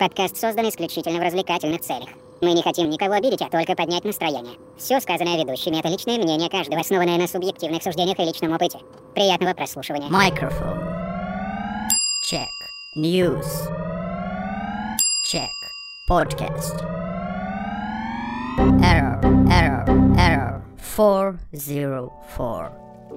Подкаст создан исключительно в развлекательных целях. Мы не хотим никого обидеть, а только поднять настроение. Все сказанное ведущими — это личное мнение каждого, основанное на субъективных суждениях и личном опыте. Приятного прослушивания. Microphone. Check. News. Check. Podcast. Error. 404.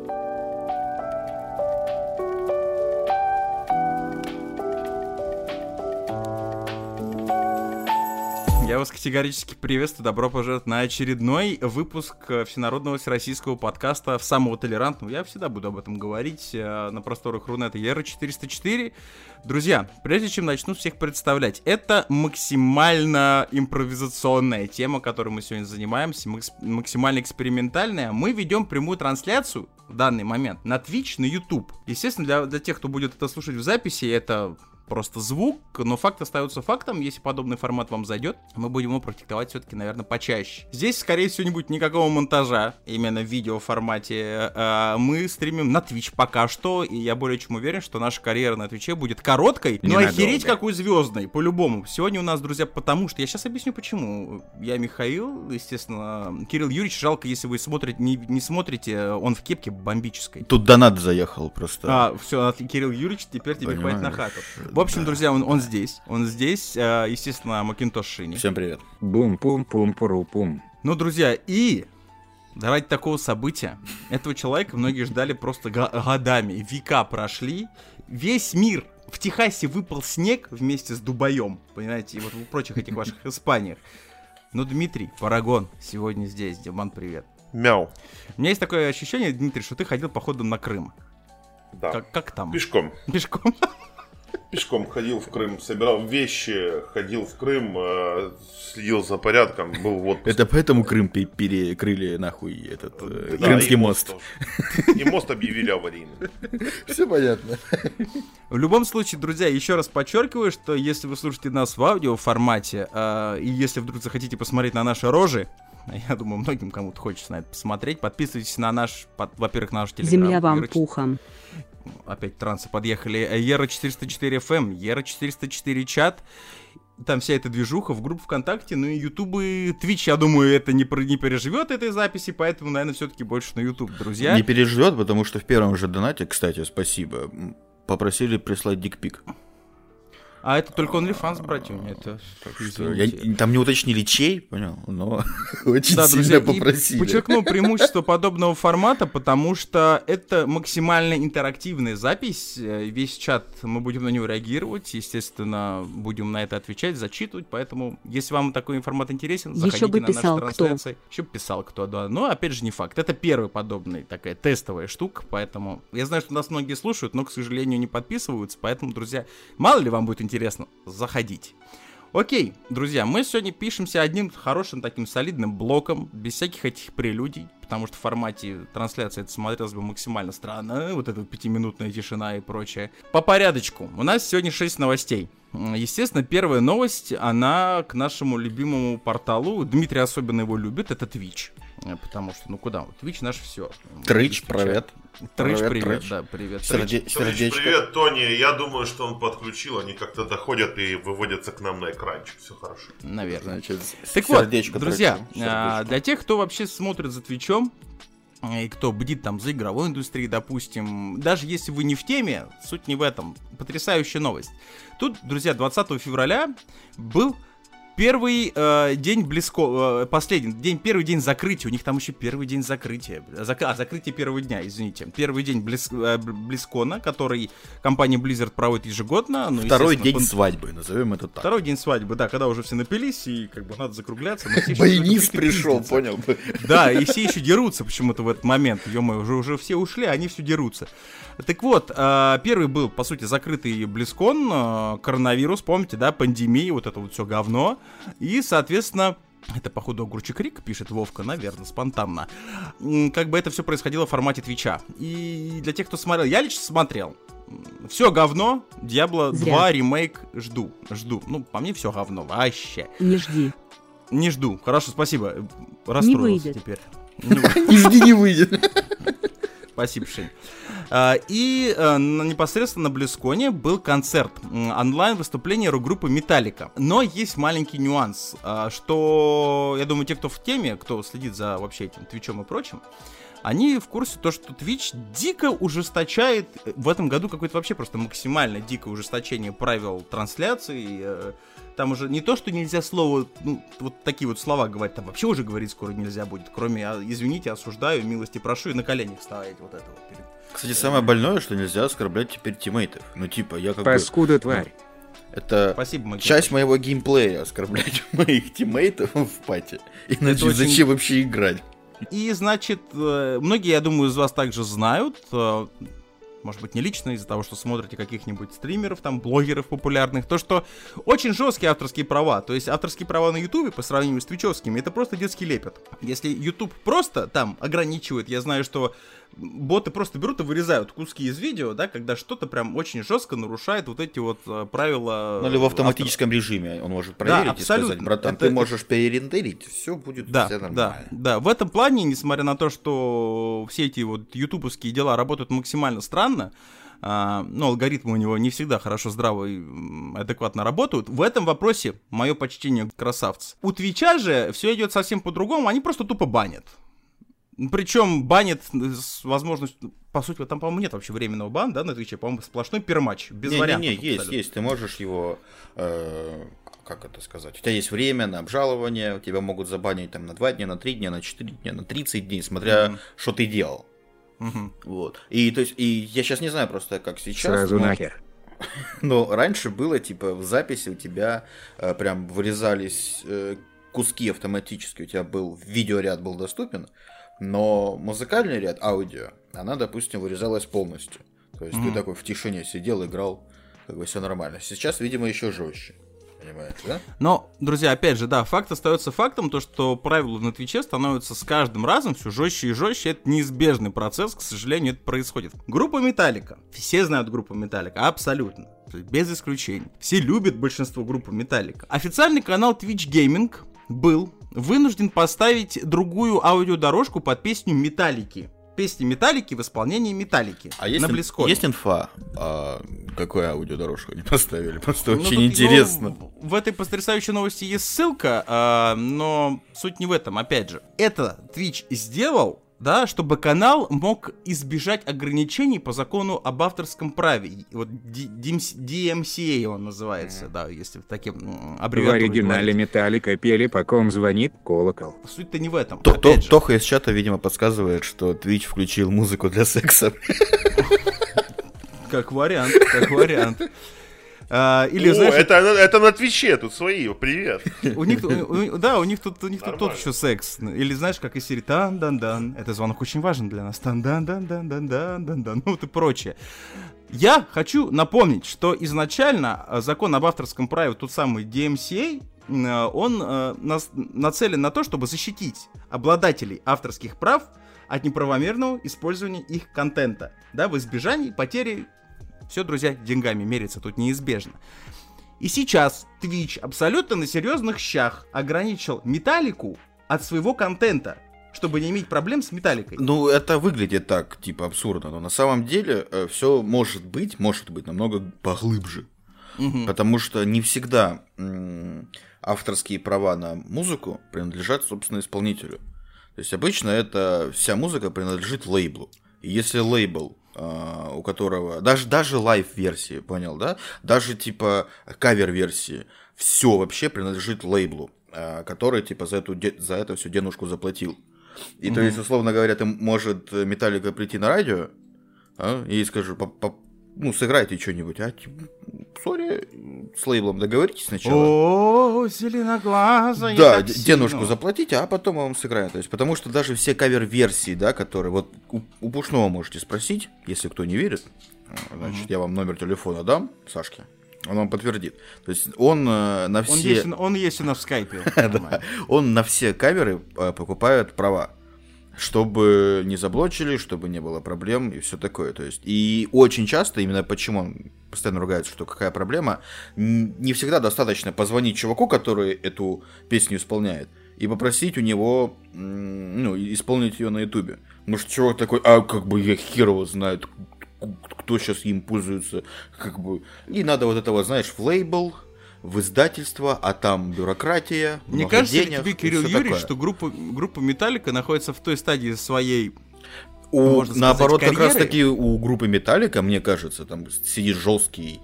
Я вас категорически приветствую, добро пожаловать на очередной выпуск всенародного всероссийского подкаста самого толерантного. Я всегда буду об этом говорить на просторах Рунета. Ера 404. Друзья, прежде чем начну всех представлять, это максимально импровизационная тема, которой мы сегодня занимаемся, максимально экспериментальная. Мы ведем прямую трансляцию в данный момент на Twitch, на YouTube. Естественно, для тех, кто будет это слушать в записи, это просто звук, но факт остается фактом. Если подобный формат вам зайдет, мы будем его практиковать все-таки, наверное, почаще. Здесь, скорее всего, не будет никакого монтажа, именно в видеоформате. Мы стримим на Twitch пока что, и я более чем уверен, что наша карьера на Твиче будет короткой, но охереть какой звездной, по-любому. Сегодня у нас, друзья, потому что... Я сейчас объясню, почему. Я Михаил, естественно. Кирилл Юрьевич, жалко, если вы не смотрите, он в кепке бомбической. Тут донат заехал просто. Все, Кирилл Юрьевич, теперь тебе хватит на хату. В общем, друзья, он здесь, естественно, Макинтош Шини. Всем привет. Бум-пум-пум-пуру-пум. Ну, друзья, и ради такого события этого человека многие ждали просто годами, века прошли, весь мир. В Техасе выпал снег вместе с Дубаем, понимаете, и вот в прочих этих ваших Испаниях. Но Дмитрий Парагон сегодня здесь. Диман, привет. Мяу. У меня есть такое ощущение, Дмитрий, что ты ходил, походу, на Крым. Да. Как там? Пешком. Пешком ходил в Крым, собирал вещи, ходил в Крым, следил за порядком, был в отпуске. Это поэтому Крым перекрыли нахуй этот Крымский мост. И мост объявили аварийным. Все понятно. В любом случае, друзья, еще раз подчеркиваю, что если вы слушаете нас в аудиоформате, и если вдруг захотите посмотреть на наши рожи, я думаю, многим кому-то хочется на это посмотреть, подписывайтесь на наш, во-первых, на наш телеграм. Земля вам пухом. Опять трансы подъехали. Ера 404 FM, Ера 404 чат. Там вся эта движуха в группу ВКонтакте, ну и Ютуб и Твич, я думаю, это не переживет этой записи, поэтому, наверное, все-таки больше на Ютуб, друзья. Не переживет, потому что в первом же донате, кстати, спасибо, попросили прислать дикпик. А это только OnlyFans, братья, у меня это... Там не уточнили чей, понял, но очень да, сильно друзья, попросили. Подчеркну преимущество подобного формата, потому что это максимально интерактивная запись. Весь чат, мы будем на него реагировать, естественно, будем на это отвечать, зачитывать, поэтому, если вам такой формат интересен, заходите на наши трансляции. Еще бы писал кто, да. Но, опять же, не факт. Это первый подобный, такая тестовая штука, поэтому... Я знаю, что нас многие слушают, но, к сожалению, не подписываются, поэтому, друзья, мало ли вам будет интересно, заходите. Окей, друзья, мы сегодня пишемся одним хорошим таким солидным блоком, без всяких этих прелюдий, потому что в формате трансляции это смотрелось бы максимально странно, вот эта 5-минутная тишина и прочее. По порядочку, у нас сегодня 6 новостей. Естественно, первая новость, она к нашему любимому порталу, Дмитрий особенно его любит, это Twitch. Потому что, ну куда, Twitch наш все. Трыч, привет. Трыч, привет, да, привет. Сердечко. Привет, Тони, я думаю, что он подключил, они как-то доходят и выводятся к нам на экранчик, все хорошо. Наверное. Значит, так вот, сердечко, друзья, сердечко. для тех, кто вообще смотрит за Твичом, и кто бдит там за игровой индустрией, допустим, даже если вы не в теме, суть не в этом, потрясающая новость. Тут, друзья, 20 февраля был первый день первый день закрытия. У них там еще первый день закрытия. Закрытие первого дня, извините. Первый день BlizzCon, который компания Blizzard проводит ежегодно. Ну, второй день свадьбы, назовем это так. Второй день свадьбы, да, когда уже все напились, и как бы надо закругляться. Баянист пришел, понял? Да, и все еще дерутся почему-то в этот момент. Ё-моё, уже все ушли, а они все дерутся. Так вот, первый был, по сути, закрытый BlizzCon, коронавирус, помните, да, пандемия, вот это вот все говно. И, соответственно, это, походу, Огурчик Рик, пишет Вовка, наверное, спонтанно. Как бы это все происходило в формате Твича. И для тех, кто смотрел, я лично смотрел. Все говно, Diablo 2 ремейк жду. Ну, по мне все говно, вообще. Не жди. Не жду, хорошо, спасибо. Расстроился теперь. Не жди, не выйдет. Спасибо, Шень. И непосредственно на BlizzCon'е был концерт, онлайн-выступление рок-группы Metallica. Но есть маленький нюанс, что, я думаю, те, кто в теме, кто следит за вообще этим Твичом и прочим, они в курсе то, что Twitch дико ужесточает в этом году какое-то вообще просто максимально дикое ужесточение правил трансляции. Там уже не то, что нельзя слово, ну, вот такие вот слова говорить, там вообще уже говорить скоро нельзя будет, кроме извините, осуждаю, милости прошу и на коленях вставить вот это вот перед. Кстати, самое больное, что нельзя оскорблять теперь тиммейтов. Ну, типа, я как бы... Паскуда тварь. Это Спасибо, часть моего геймплея оскорблять моих тиммейтов в пати. Иначе очень... зачем вообще играть? И, значит, многие, я думаю, из вас также знают, может быть, не лично, из-за того, что смотрите каких-нибудь стримеров, там, блогеров популярных, то, что очень жесткие авторские права. То есть авторские права на Ютубе по сравнению с твичевскими, это просто детский лепет. Если Ютуб просто там ограничивает, я знаю, что боты просто берут и вырезают куски из видео, да, когда что-то прям очень жестко нарушает вот эти вот правила. Ну, или в автоматическом режиме он может проверить, да, и сказать: братан, ты можешь перерендерить, все будет все нормально. Да, в этом плане, несмотря на то, что все эти вот ютубовские дела работают максимально странно, но алгоритмы у него не всегда хорошо, здраво и адекватно работают. В этом вопросе мое почтение, красавцы. У Твича же все идет совсем по-другому, они просто тупо банят. Причем банит с возможностью, по сути, там, по-моему, нет вообще временного бана, да, на Твиче, по-моему, сплошной перматч, без вариантов. Есть, ты можешь его, как это сказать, у тебя есть время на обжалование, тебя могут забанить там на 2 дня, на 3 дня, на 4 дня, на 30 дней, смотря, что ты делал. Вот. И, то есть, и я сейчас не знаю просто, как сейчас. Сразу нахер. Но раньше было, типа, в записи у тебя прям вырезались куски автоматически, у тебя был видеоряд был доступен, но музыкальный ряд, аудио, она, допустим, вырезалась полностью. То есть ты такой в тишине сидел, играл, как бы все нормально. Сейчас, видимо, еще жестче. Понимаете, да? Но, друзья, опять же, да, факт остается фактом, то, что правила на Твиче становятся с каждым разом все жестче и жестче. Это неизбежный процесс, к сожалению, это происходит. Группа Metallica. Все знают группу Metallica, абсолютно. Без исключений. Все любят большинство группы Metallica. Официальный канал Twitch Gaming был вынужден поставить другую аудиодорожку под песню Металлики. Песни Металлики в исполнении Металлики. А есть, на BlizzCon. Есть инфа, какую аудиодорожку они поставили? Просто очень интересно. В этой потрясающей новости есть ссылка, но суть не в этом, опять же. Это Twitch сделал, да, чтобы канал мог избежать ограничений по закону об авторском праве. Вот DMCA он называется, да, если таким аббревиатурой. В оригинале Металлика пели «По ком звонит колокол». Суть-то не в этом. Тоха из чата, видимо, подсказывает, что Twitch включил музыку для секса. Как вариант, как вариант. Или, знаешь, это на Твиче, тут свои, привет. У них тут тот еще секс. Или знаешь, как из серии «Тан-дан-дан». Это звонок очень важен для нас. «Тан-дан-дан-дан-дан-дан-дан». Ну вот и прочее. Я хочу напомнить, что изначально закон об авторском праве, тот самый DMCA, он нацелен на то, чтобы защитить обладателей авторских прав от неправомерного использования их контента, да, в избежании потери. Все, друзья, деньгами мерится тут неизбежно. И сейчас Twitch абсолютно на серьезных щах ограничил Металлику от своего контента, чтобы не иметь проблем с Металликой. Ну, это выглядит так, типа, абсурдно, но на самом деле все может быть намного поглубже. Потому что не всегда авторские права на музыку принадлежат, собственно, исполнителю. То есть обычно это вся музыка принадлежит лейблу. И если лейбл, у которого даже лайв-версии, понял, да? Даже типа кавер-версии, все вообще принадлежит лейблу, который типа за это всю денежку заплатил. И то есть, условно говоря, ты может Металлика прийти на радио и скажу, сыграйте что-нибудь, сори, с лейблом договоритесь сначала. О, зеленоглазая. Да, денежку заплатите, а потом вам сыграем. То есть, потому что даже все кавер-версии, да, которые вот у Пушного можете спросить, если кто не верит, значит, я вам номер телефона дам, Сашке, он вам подтвердит. То есть он на все... Он есть у нас в скайпе. Он на все каверы покупает права, чтобы не заблочили, чтобы не было проблем и все такое. То есть, и очень часто, именно почему он постоянно ругается, что какая проблема, не всегда достаточно позвонить чуваку, который эту песню исполняет, и попросить у него исполнить ее на ютубе. Может, чувак такой, как бы я хер его знает, кто сейчас им пользуется, как бы. И надо вот этого, знаешь, в лейбл, в издательство, а там бюрократия, Мне много кажется, денег, тебе, Кирилл и всё Юрьевич, такое. что группа Металлика находится в той стадии своей, Наоборот, как раз карьеры. таки у группы Металлика, мне кажется, там сидит жесткий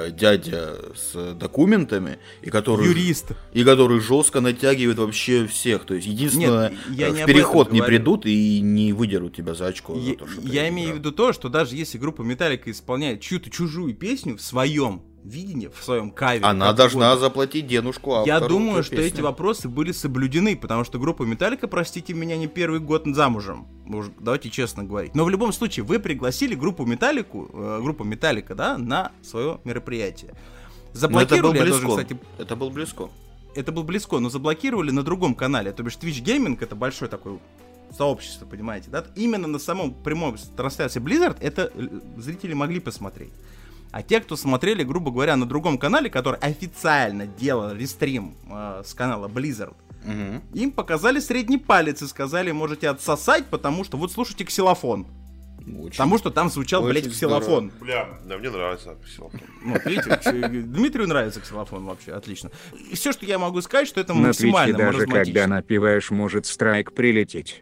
дядя с документами, и который, Юрист. и который жестко натягивает вообще всех. То есть, единственное, Нет, я не в об этом переход не говорю. придут и не выдерут тебя за очко. за то, что ты Я имею в играл. виду то, что даже если группа Металлика исполняет чью-то чужую песню в своем видении, в своем кавере, Она как должна угодно, заплатить денежку автору. я думаю, той что песни. эти вопросы были соблюдены, потому что группа Металлика, простите меня, не первый год замужем. Давайте честно говорить. Но в любом случае, вы пригласили группу Металлика, да, на свое мероприятие. Но это был Заблокировали, я близко. должен, кстати, Это был близко. это было близко, но заблокировали на другом канале. То бишь Twitch Gaming — это большое такое сообщество, понимаете, да? Именно на самом прямой трансляции Blizzard это зрители могли посмотреть. А те, кто смотрели, грубо говоря, на другом канале, который официально делал рестрим с канала Blizzard, им показали средний палец и сказали, можете отсосать, потому что вот слушайте ксилофон. Очень. Потому что там звучал, Очень блядь, ксилофон. Бля, да, мне нравится ксилофон. Вот, видите, Дмитрию нравится ксилофон вообще, отлично. И все, что я могу сказать, что это На Твиче максимально даже когда маразматично. напиваешь, может страйк прилететь.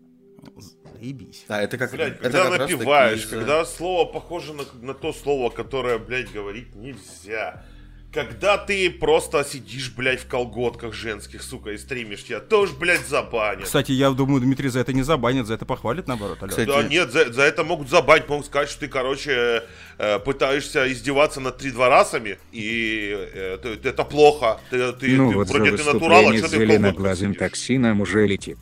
Заебись. Да, это как, Блядь, это когда как раз таки напиваешь, из-за- когда слово похоже на то слово, которое, блядь, говорить нельзя. Когда ты просто сидишь, блядь, в колготках женских, сука, и стримишь, тебя тоже, блядь, забанят. Кстати, я думаю, Дмитрий за это не забанит, за это похвалит, наоборот. Алло. Кстати, Да нет, за это могут забанить, могут сказать, что ты, короче, пытаешься издеваться над тридворасами, и это плохо. Ты Ну вот за вроде ты натурал, а выступление что с ты в колготках зеленоглазым сидишь? токсином уже летит.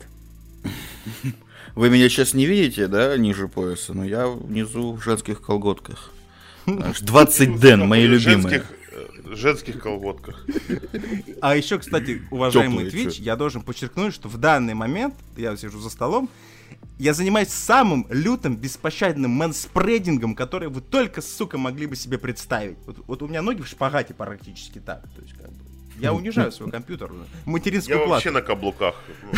Вы меня сейчас не видите, да, ниже пояса, но я внизу в женских колготках. Аж 20 ден, мои любимые. Женских колготках. А еще, кстати, уважаемый Тёплые, Twitch, чё? я должен подчеркнуть, что в данный момент, я сижу за столом, я занимаюсь самым лютым, беспощадным мэнспредингом, который вы только, сука, могли бы себе представить. Вот у меня ноги в шпагате практически так. То есть, как бы, я унижаю свой компьютер, Я материнскую вообще плату. на каблуках.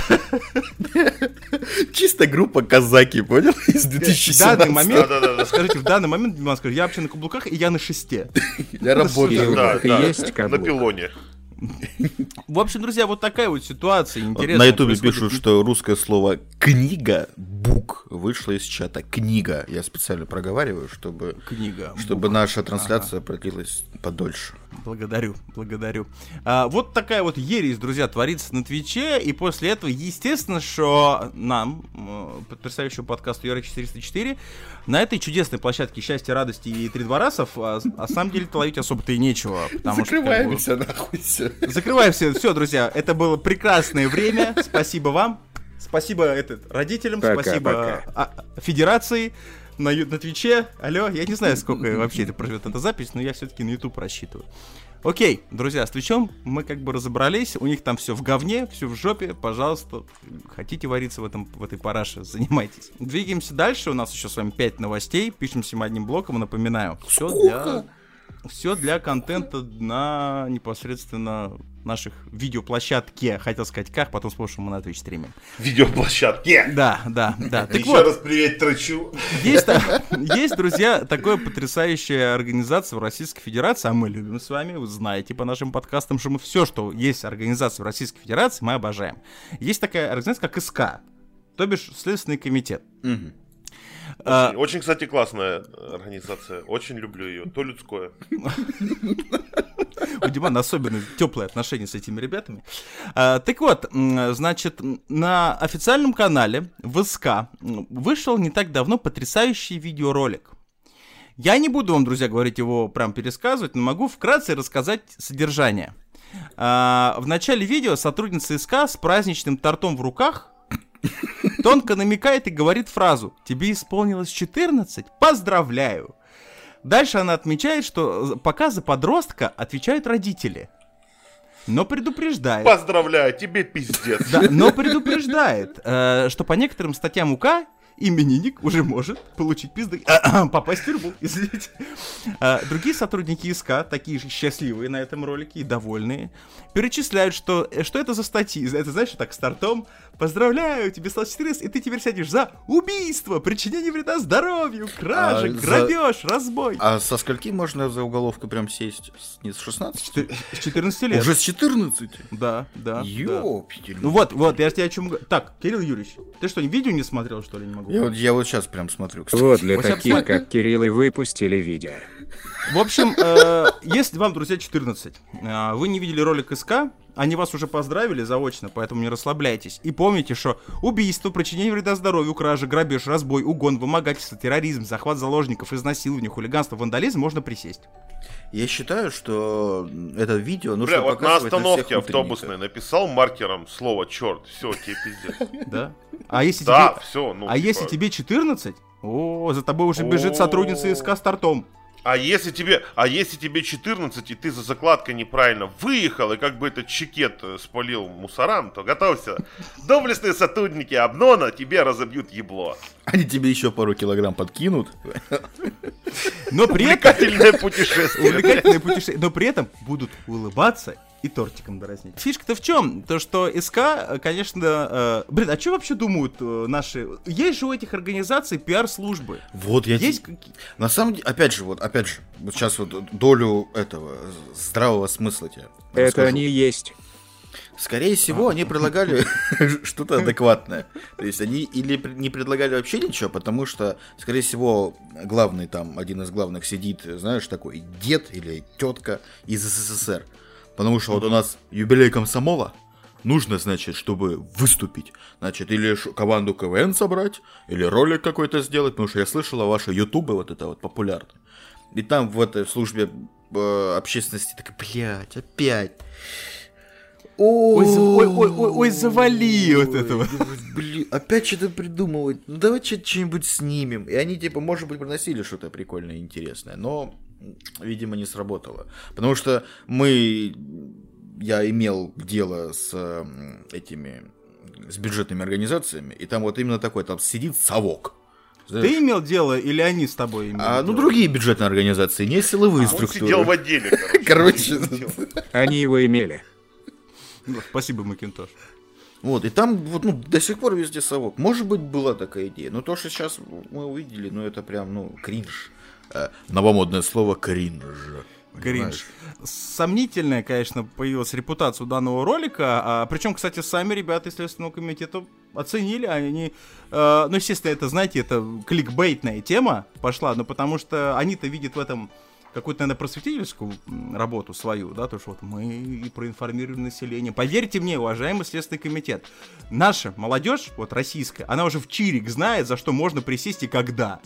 Чисто группа казаки, понял? Из В данный 2017. момент, Да-да-да. скажите, в данный момент, Диман, скажу, я вообще на каблуках, и я на шесте. Я работаю. Да, Ты да, есть на каблук? пилоне. В общем, друзья, вот такая вот ситуация интересная. На ютубе происходит. пишут, что русское слово «книга», «бук» вышло из чата. «Книга». Я специально проговариваю, чтобы Книга. наша трансляция продлилась подольше. Благодарю. Вот такая вот ересь, друзья, творится на Твиче, и после этого, естественно, что нам, потрясающему подкасту Яра-404, на этой чудесной площадке счастья, радости и тридворасов, на самом деле-то ловить особо-то и нечего. Потому Закрываемся, нахуй, все. Что, закрываемся. Все, друзья, это было прекрасное время. Спасибо вам. Спасибо родителям, Пока, спасибо Федерации. На Твиче, алло, я не знаю, сколько вообще это проживет эта запись, но я все-таки на YouTube рассчитываю. Окей, друзья, с Твичом мы как бы разобрались, у них там все в говне, все в жопе, пожалуйста, хотите вариться в этой параше, занимайтесь. Двигаемся дальше, у нас еще с вами 5 новостей, пишемся мы одним блоком, напоминаю, все для контента на непосредственно наших видеоплощадке, хотел сказать как, потом вспомнил, что мы на Twitch стримим. Видеоплощадке. Да. Так Еще вот, раз привет Трачу. есть, друзья, такая потрясающая организация в Российской Федерации, а мы любим с вами, вы знаете по нашим подкастам, что мы все, что есть организация в Российской Федерации, мы обожаем. Есть такая организация, как СК, то бишь Следственный комитет. Очень, кстати, классная организация. Очень люблю ее. То людское. У Димана особенно теплые отношения с этими ребятами. Так вот, значит, на официальном канале в СК вышел не так давно потрясающий видеоролик. Я не буду вам, друзья, говорить его, прям пересказывать, но могу вкратце рассказать содержание. В начале видео сотрудница СК с праздничным тортом в руках тонко намекает и говорит фразу: «Тебе исполнилось 14? Поздравляю!» Дальше она отмечает, что пока за подростка отвечают родители. Но предупреждает. Поздравляю, тебе пиздец. Да, но предупреждает, что по некоторым статьям УК именинник уже может получить пизды, попасть в тюрьму, извините. Другие сотрудники СК, такие же счастливые на этом ролике и довольные, перечисляют, что это за статьи. Это, знаешь, так стартом: поздравляю, тебе стало 14, и ты теперь сядешь за убийство, причинение вреда здоровью, кражи, грабеж, разбой. А со скольки можно за уголовку прям сесть? Не с 16? С 14 лет. Уже с 14? Да. Ёптель. Ну вот, я тебе о чем говорю. Так, Кирилл Юрьевич, ты что, видео не смотрел, что ли, не могу? Я вот сейчас прям смотрю, кстати. Вот для Вот сейчас таких, посмотри. как Кирилл, и выпустили видео. В общем, если вам, друзья, 14, вы не видели ролик СК, они вас уже поздравили заочно, поэтому не расслабляйтесь. И помните, что убийство, причинение вреда здоровью, кража, грабеж, разбой, угон, вымогательство, терроризм, захват заложников, изнасилование, хулиганство, вандализм можно присесть. Я считаю, что это видео нужно вот на показывать на всех остановке утренниках. автобусной написал маркером слово черт, все, тебе пиздец. Да? А если Да, тебе... все, ну. А если тебе 14, за тобой уже бежит сотрудница СК с тортом. А если тебе 14, и ты за закладкой неправильно выехал, и как бы этот чекет спалил мусорам, то готовься. Доблестные сотрудники Обнона тебе разобьют ебло. Они тебе еще пару килограмм подкинут. Но при этом... Увлекательное путешествие. Но при этом будут улыбаться и тортиком дразнить. Фишка-то в чем? То, что СК, конечно... а что вообще думают наши... Есть же у этих организаций пиар-службы. Вот я... Есть... На самом деле, опять же, вот сейчас вот долю этого здравого смысла тебе Это расскажу. они и есть. Скорее всего, они предлагали что-то адекватное. То есть они или не предлагали вообще ничего, потому что, скорее всего, главный там, один из главных сидит, знаешь, такой дед или тетка из СССР. Потому что вот у нас юбилей комсомола, нужно, значит, чтобы выступить, значит, или команду КВН собрать, или ролик какой-то сделать, потому что я слышала, ваши ютубы вот это вот популярны. И там в этой службе общественности такая, блядь, опять... Ой, завали вот этого. Блин, опять что-то придумывать. Ну давай что-нибудь снимем. И они, типа, может быть, приносили что-то прикольное и интересное, но, видимо, не сработало. Потому что я имел дело с бюджетными организациями, и там вот именно такой, там сидит совок. Знаешь? Ты имел дело или они с тобой имели дело? Другие бюджетные организации, не силовые Он структуры. сидел в отделе, Короче. Они его имели. Ну, спасибо, Макинтош. Вот, и там вот, до сих пор везде совок. Может быть, была такая идея. Но то, что сейчас мы увидели, это прям, кринж. Новомодное слово кринж. Кринж. Сомнительная, конечно, появилась репутация у данного ролика. Причем, кстати, сами ребята из Следственного комитета оценили. Они, естественно, это, знаете, это кликбейтная тема пошла, но потому что они-то видят в этом какую-то, наверное, просветительскую работу свою, да, то, что вот мы и проинформируем население. Поверьте мне, уважаемый Следственный комитет, наша молодежь, вот российская, она уже в чирик знает, за что можно присесть и когда.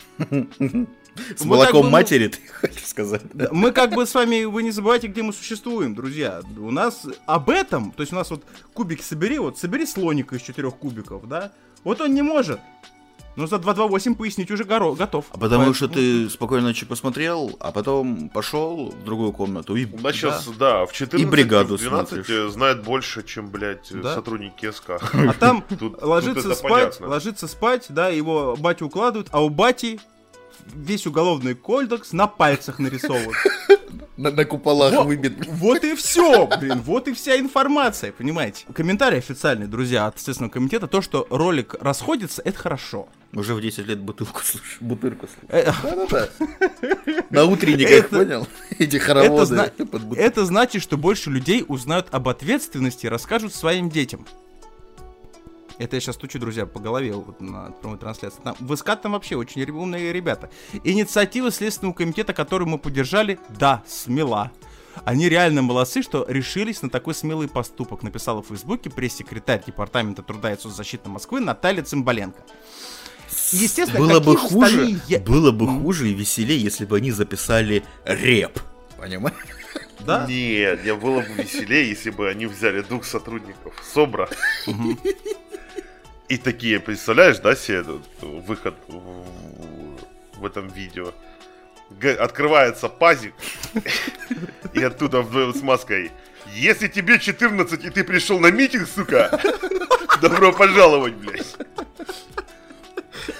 С молоком матери, ты хочешь сказать? Мы как бы с вами, вы не забывайте, где мы существуем, друзья. У нас об этом, то есть у нас вот кубики собери слоника из 4 кубиков, да, вот он не может. Но за 228 пояснить уже готов. А потому что ты спокойно ночью посмотрел, а потом пошел в другую комнату и... У нас сейчас, в 14, И бригаду в 12 смотришь. знает больше, чем, блядь, Да. сотрудники СК. А там Тут ложится это спать, да, его батю укладывают, а у бати весь уголовный кодекс на пальцах нарисован. На куполах выбит. Вот и все, вот и вся информация, понимаете. Комментарий официальный, друзья, от Следственного комитета, то, что ролик расходится, это хорошо. Уже в 10 лет бутырку слушаю. Да-да-да. На утренниках, понял? Эти хороводы. Это значит, что больше людей узнают об ответственности и расскажут своим детям. Это я сейчас стучу, друзья, по голове вот на прямой трансляции. В СК там вообще очень умные ребята. Инициатива Следственного комитета, которую мы поддержали, да, смела. Они реально молодцы, что решились на такой смелый поступок, написала в Фейсбуке пресс-секретарь Департамента труда и соцзащиты Москвы Наталья Цымбаленко. Естественно, было бы хуже и веселее, если бы они записали рэп. Понимаешь? Да? Нет, мне было бы веселее, если бы они взяли 2 сотрудников СОБРа. И такие, представляешь, да, себе этот выход в этом видео. Открывается пазик, и оттуда вдвоем с маской: если тебе 14 и ты пришел на митинг, сука, добро пожаловать, блядь.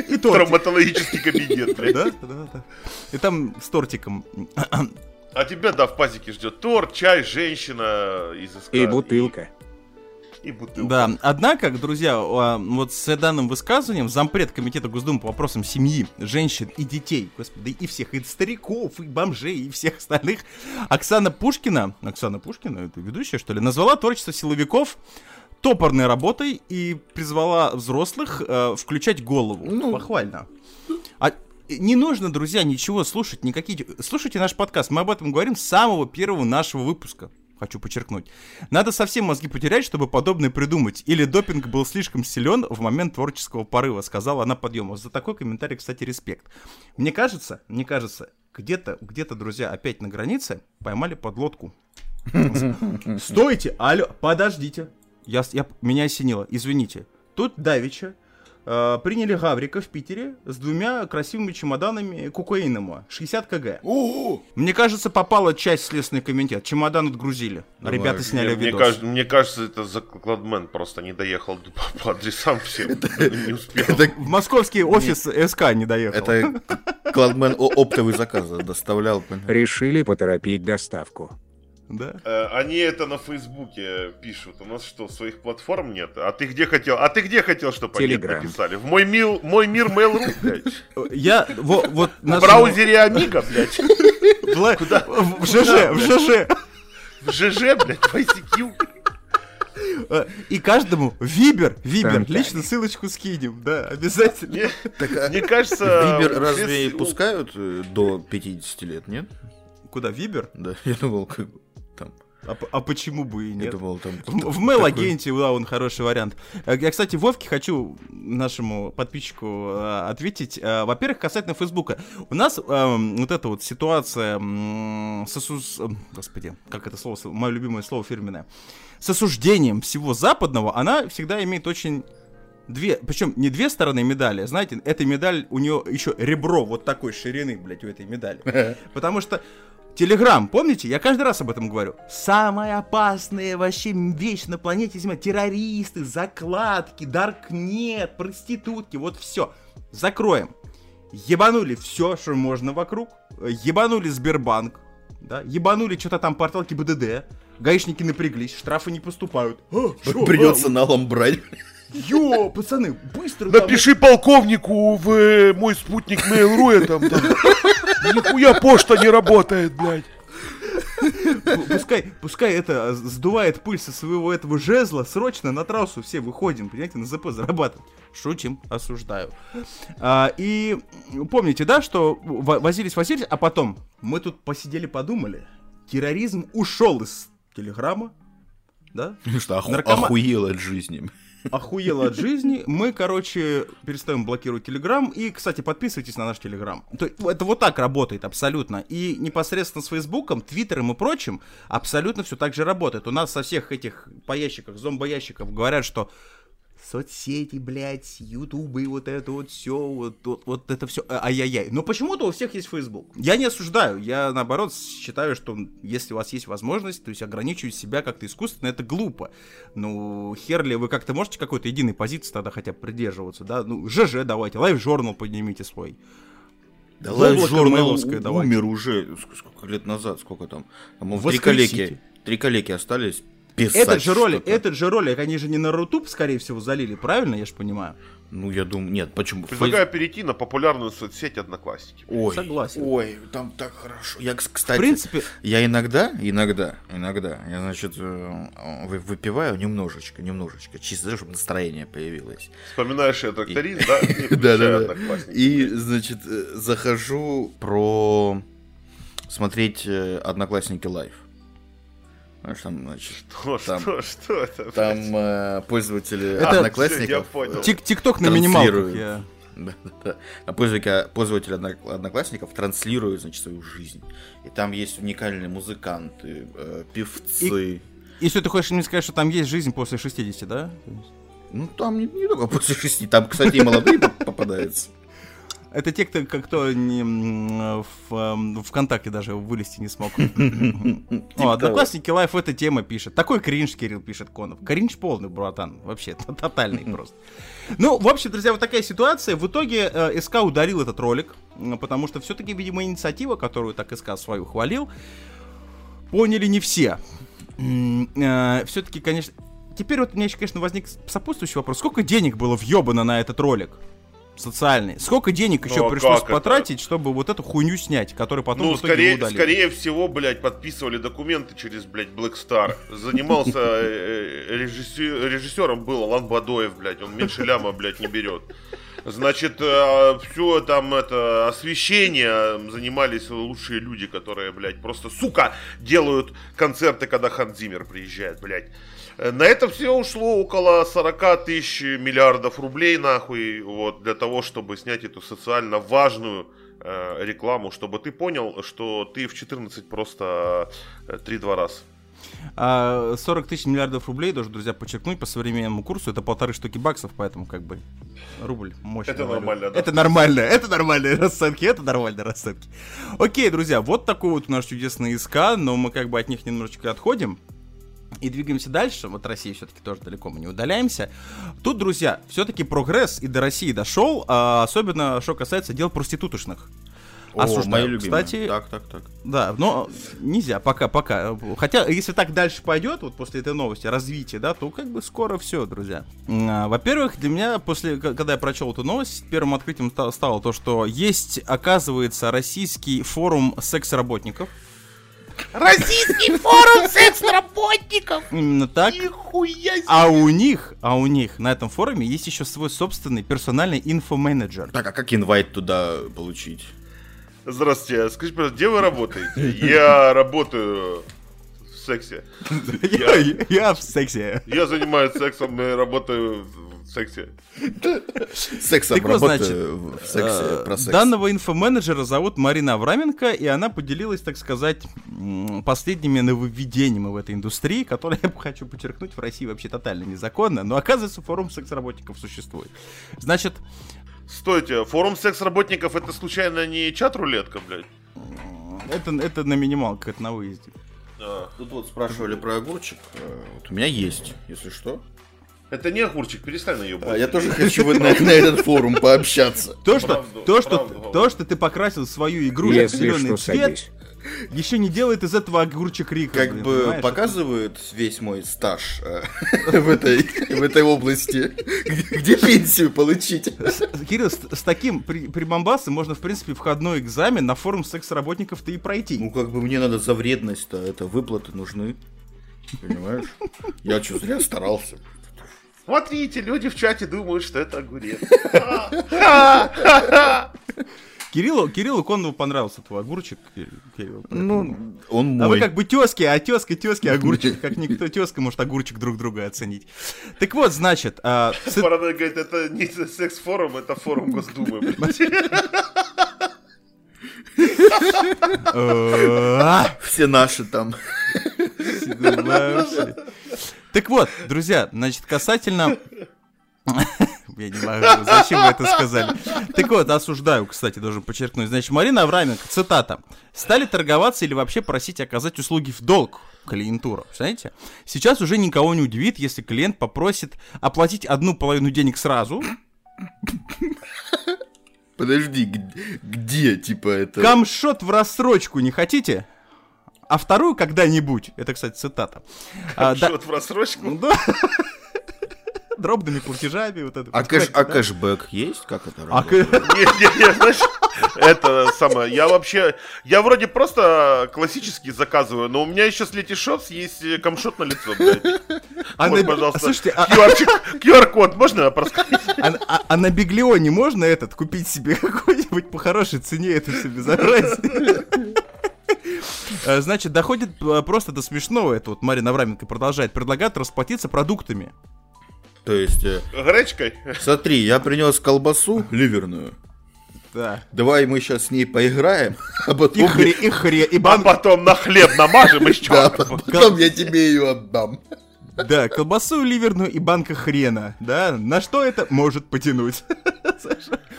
И тортик. Травматологический кабинет, блядь. Да. И там с тортиком. А тебя, да, в пазике ждет торт, чай, женщина из СК. И бутылка. И бутылка. Да, однако, друзья, вот с данным высказыванием зампред комитета Госдумы по вопросам семьи, женщин и детей, господи, и всех, и стариков, и бомжей, и всех остальных, Оксана Пушкина, это ведущая, что ли, назвала творчество силовиков топорной работой и призвала взрослых включать голову. Похвально. Не нужно, друзья, ничего слушать, слушайте наш подкаст, мы об этом говорим с самого первого нашего выпуска. Хочу подчеркнуть. Надо совсем мозги потерять, чтобы подобное придумать. Или допинг был слишком силен в момент творческого порыва, сказала она подъема. За такой комментарий, кстати, респект. Мне кажется, где-то, друзья, опять на границе поймали подлодку. Стойте, алло, подождите. Меня осенило, извините. Тут давеча приняли Гаврика в Питере с 2 красивыми чемоданами кокаином 60 кг. Мне кажется, попала часть в Следственный комитет. Чемодан отгрузили. Ребята сняли видос. Мне кажется, это закладмен просто не доехал по адресам всем. Не успел. В московский офис СК не доехал. Это кладмен оптовый заказ доставлял. Решили поторопить доставку. Да. Они это на Фейсбуке пишут. У нас что, своих платформ нет? А ты где хотел, чтобы они это написали? В мой мир Mail.ru, блядь. Я вот в браузере Амига, блядь. Куда? В ЖЖ. В ЖЖ, блядь, в ICQ. И каждому Вибер, лично ссылочку скинем, да, обязательно. Мне кажется... Вибер разве пускают до 50 лет, нет? Куда, Вибер? Да, я думал, как бы там... А почему бы и нет? Я думал, там... В Mail-агенте, да, он хороший вариант. Я, кстати, Вовке хочу, нашему подписчику, ответить. Во-первых, касательно Фейсбука. У нас вот эта вот ситуация Господи, как это слово, мое любимое слово фирменное. С осуждением всего западного, она всегда имеет очень... Причем не 2 стороны медали, знаете, эта медаль, у нее еще ребро вот такой ширины, блядь, у этой медали. Потому что Телеграм, помните, я каждый раз об этом говорю, самая опасная вообще вещь на планете Земля, террористы, закладки, даркнет, проститутки, вот все, закроем. Ебанули все, что можно вокруг, ебанули Сбербанк, да, ебанули что-то там портал ГИБДД, гаишники напряглись, штрафы не поступают. Придется налом брать. Йо, пацаны, быстро. Напиши полковнику в мой спутник Mail.ru, там. Нихуя почта не работает, блядь. Пускай это сдувает пыль со своего этого жезла, срочно на трассу все выходим, понимаете, на ЗП зарабатывать. Шутим, осуждаю. И помните, да, что возились, а потом мы тут посидели, подумали, терроризм ушел из Телеграма, да? Что, охуел от жизни. Охуело от жизни. Мы, короче, перестаем блокировать Телеграм. И, кстати, подписывайтесь на наш Телеграм. Это вот так работает абсолютно. И непосредственно с Фейсбуком, Твиттером и прочим абсолютно все так же работает. У нас со всех этих поящиков, зомбоящиков говорят, что соцсети, блядь, ютубы, вот это вот все, вот это все, ай-яй-яй. Но почему-то у всех есть Facebook. Я не осуждаю, я наоборот считаю, что если у вас есть возможность, то есть ограничивать себя как-то искусственно, это глупо. Ну, хер ли, вы как-то можете какой-то единой позиции тогда хотя бы придерживаться, да? Ну, ЖЖ давайте, LiveJournal поднимите свой. Да LiveJournal умер уже, сколько лет назад, сколько там? Три коллеги остались. Этот же ролик, они же не на Рутуб, скорее всего, залили, правильно, я же понимаю? Ну, я думаю, нет, почему? Предлагаю перейти на популярную соцсеть Одноклассники. Ой, согласен. Ой, там так хорошо. Я, кстати, в принципе... я иногда, я, значит, выпиваю немножечко, чисто, чтобы настроение появилось. Вспоминаешь тракторист, да? Да. И, значит, захожу смотреть Одноклассники лайв. Знаешь, там, значит, что это? Там пользователи Одноклассников... ТикТок на минималках. Да. Пользователи Одноклассников транслируют, значит, свою жизнь. И там есть уникальные музыканты, певцы. И что ты хочешь мне сказать, что там есть жизнь после 60, да? Ну, там не только после 60. Там, кстати, и молодые попадаются. Это те, кто в ВКонтакте даже вылезти не смог. Одноклассники лайф эта тема пишет. Такой кринж, Кирилл пишет, Конов. Кринж полный, братан. Вообще, тотальный просто. Ну, в общем, друзья, вот такая ситуация. В итоге СК удалил этот ролик, потому что все-таки, видимо, инициатива, которую так СК свою хвалил, поняли не все. Все-таки, конечно... Теперь вот у меня еще, конечно, возник сопутствующий вопрос. Сколько денег было въебано на этот ролик социальный? Сколько денег еще пришлось потратить, чтобы вот эту хуйню снять, которую потом в итоге удалили? Скорее всего, блядь, подписывали документы через, блядь, Black Star. Занимался режиссером был Алан Бадоев, блядь. Он меньше ляма, блядь, не берет. Значит, все там это освещение занимались лучшие люди, которые, блядь, просто, сука, делают концерты, когда Ханс Зиммер приезжает, блядь. На это все ушло около 40 тысяч миллиардов рублей, нахуй, вот, для того, чтобы снять эту социально важную рекламу, чтобы ты понял, что ты в 14 просто 3-2 раз. 40 тысяч миллиардов рублей, должен, друзья, подчеркнуть, по современному курсу это 1,5 штуки баксов, поэтому как бы рубль мощный. Это нормально, да? Это нормальные расценки, Окей, друзья, вот такой вот у нас чудесный СК, но мы как бы от них немножечко отходим и двигаемся дальше. Вот России все-таки тоже далеко мы не удаляемся. Тут, друзья, все-таки прогресс и до России дошел, особенно что касается дел проституточных. Осуждаю, кстати. Так. Да, но нельзя, пока. Хотя, если так дальше пойдет, вот после этой новости, развитие, да, то как бы скоро все, друзья. Во-первых, для меня, когда я прочел эту новость, первым открытием стало то, что есть, оказывается, российский форум секс-работников. Российский форум секс-работников! Именно так. Нихуя себе! А у них на этом форуме есть еще свой собственный персональный инфоменеджер. Так, а как инвайт туда получить? Здравствуйте, скажите, пожалуйста, где вы работаете? Я работаю в сексе. Я в сексе. Я занимаюсь сексом и работаю в сексе. Сексом работаю в сексе, про секс. Данного инфоменеджера зовут Марина Авраменко, и она поделилась, так сказать, последними нововведениями в этой индустрии, которые, я хочу подчеркнуть, в России вообще тотально незаконно, но оказывается, форум секс-работников существует. Значит... Стойте, форум секс-работников это случайно не чат-рулетка, блядь? Это на минималках, это на выезде. Тут вот спрашивали про огурчик. Вот у меня есть, если что. Это не огурчик, перестань наебывать. Я тоже хочу на этот форум пообщаться. То, что ты покрасил свою игру в зеленый цвет, еще не делает из этого огурчик Рика. Как бы показывает весь мой стаж в этой области. Где пенсию получить? Кирилл, с таким прибамбасом можно, в принципе, входной экзамен на форум секс-работников-то и пройти. Ну, как бы мне надо за вредность-то, это выплаты нужны. Понимаешь? Я что, зря старался. Смотрите, люди в чате думают, что это огурец. Кириллу Конову понравился твой огурчик. Кирилл, ну, он мой. А вы как бы тёзки, огурчик. Как никто тёзка может огурчик друг друга оценить. Так вот, значит... Паранойя говорит, это не секс-форум, это форум Госдумы, блядь. Все наши там. Так вот, друзья, значит, касательно... Я не могу, зачем вы это сказали? Так вот, осуждаю, кстати, должен подчеркнуть. Значит, Марина Авраменко, цитата. «Стали торговаться или вообще просить оказать услуги в долг клиентуру». Знаете? Сейчас уже никого не удивит, если клиент попросит оплатить 1/2 денег сразу. Подожди, где, типа, это... Камшот в рассрочку не хотите? А вторую когда-нибудь, это, кстати, цитата. Камшот в рассрочку? Да. Дробными платежами, вот это. А кэшбэк есть? Как это работает? Не, знаешь, это самое, я вроде просто классический заказываю, но у меня еще с Letyshots есть камшот на лицо, блядь. Вот, пожалуйста, слушайте, QR-код можно просканить? А на Биглионе можно купить себе какой-нибудь по хорошей цене это все безобразие? Значит, доходит просто до смешного, это вот Марина Авраменко продолжает, предлагает расплатиться продуктами. То есть... Гречкой? Смотри, я принес колбасу ливерную. Да. Давай мы сейчас с ней поиграем, а потом... А потом на хлеб намажем и что? Да, потом я тебе ее отдам. Да, колбасу ливерную и банка хрена, да? На что это может потянуть?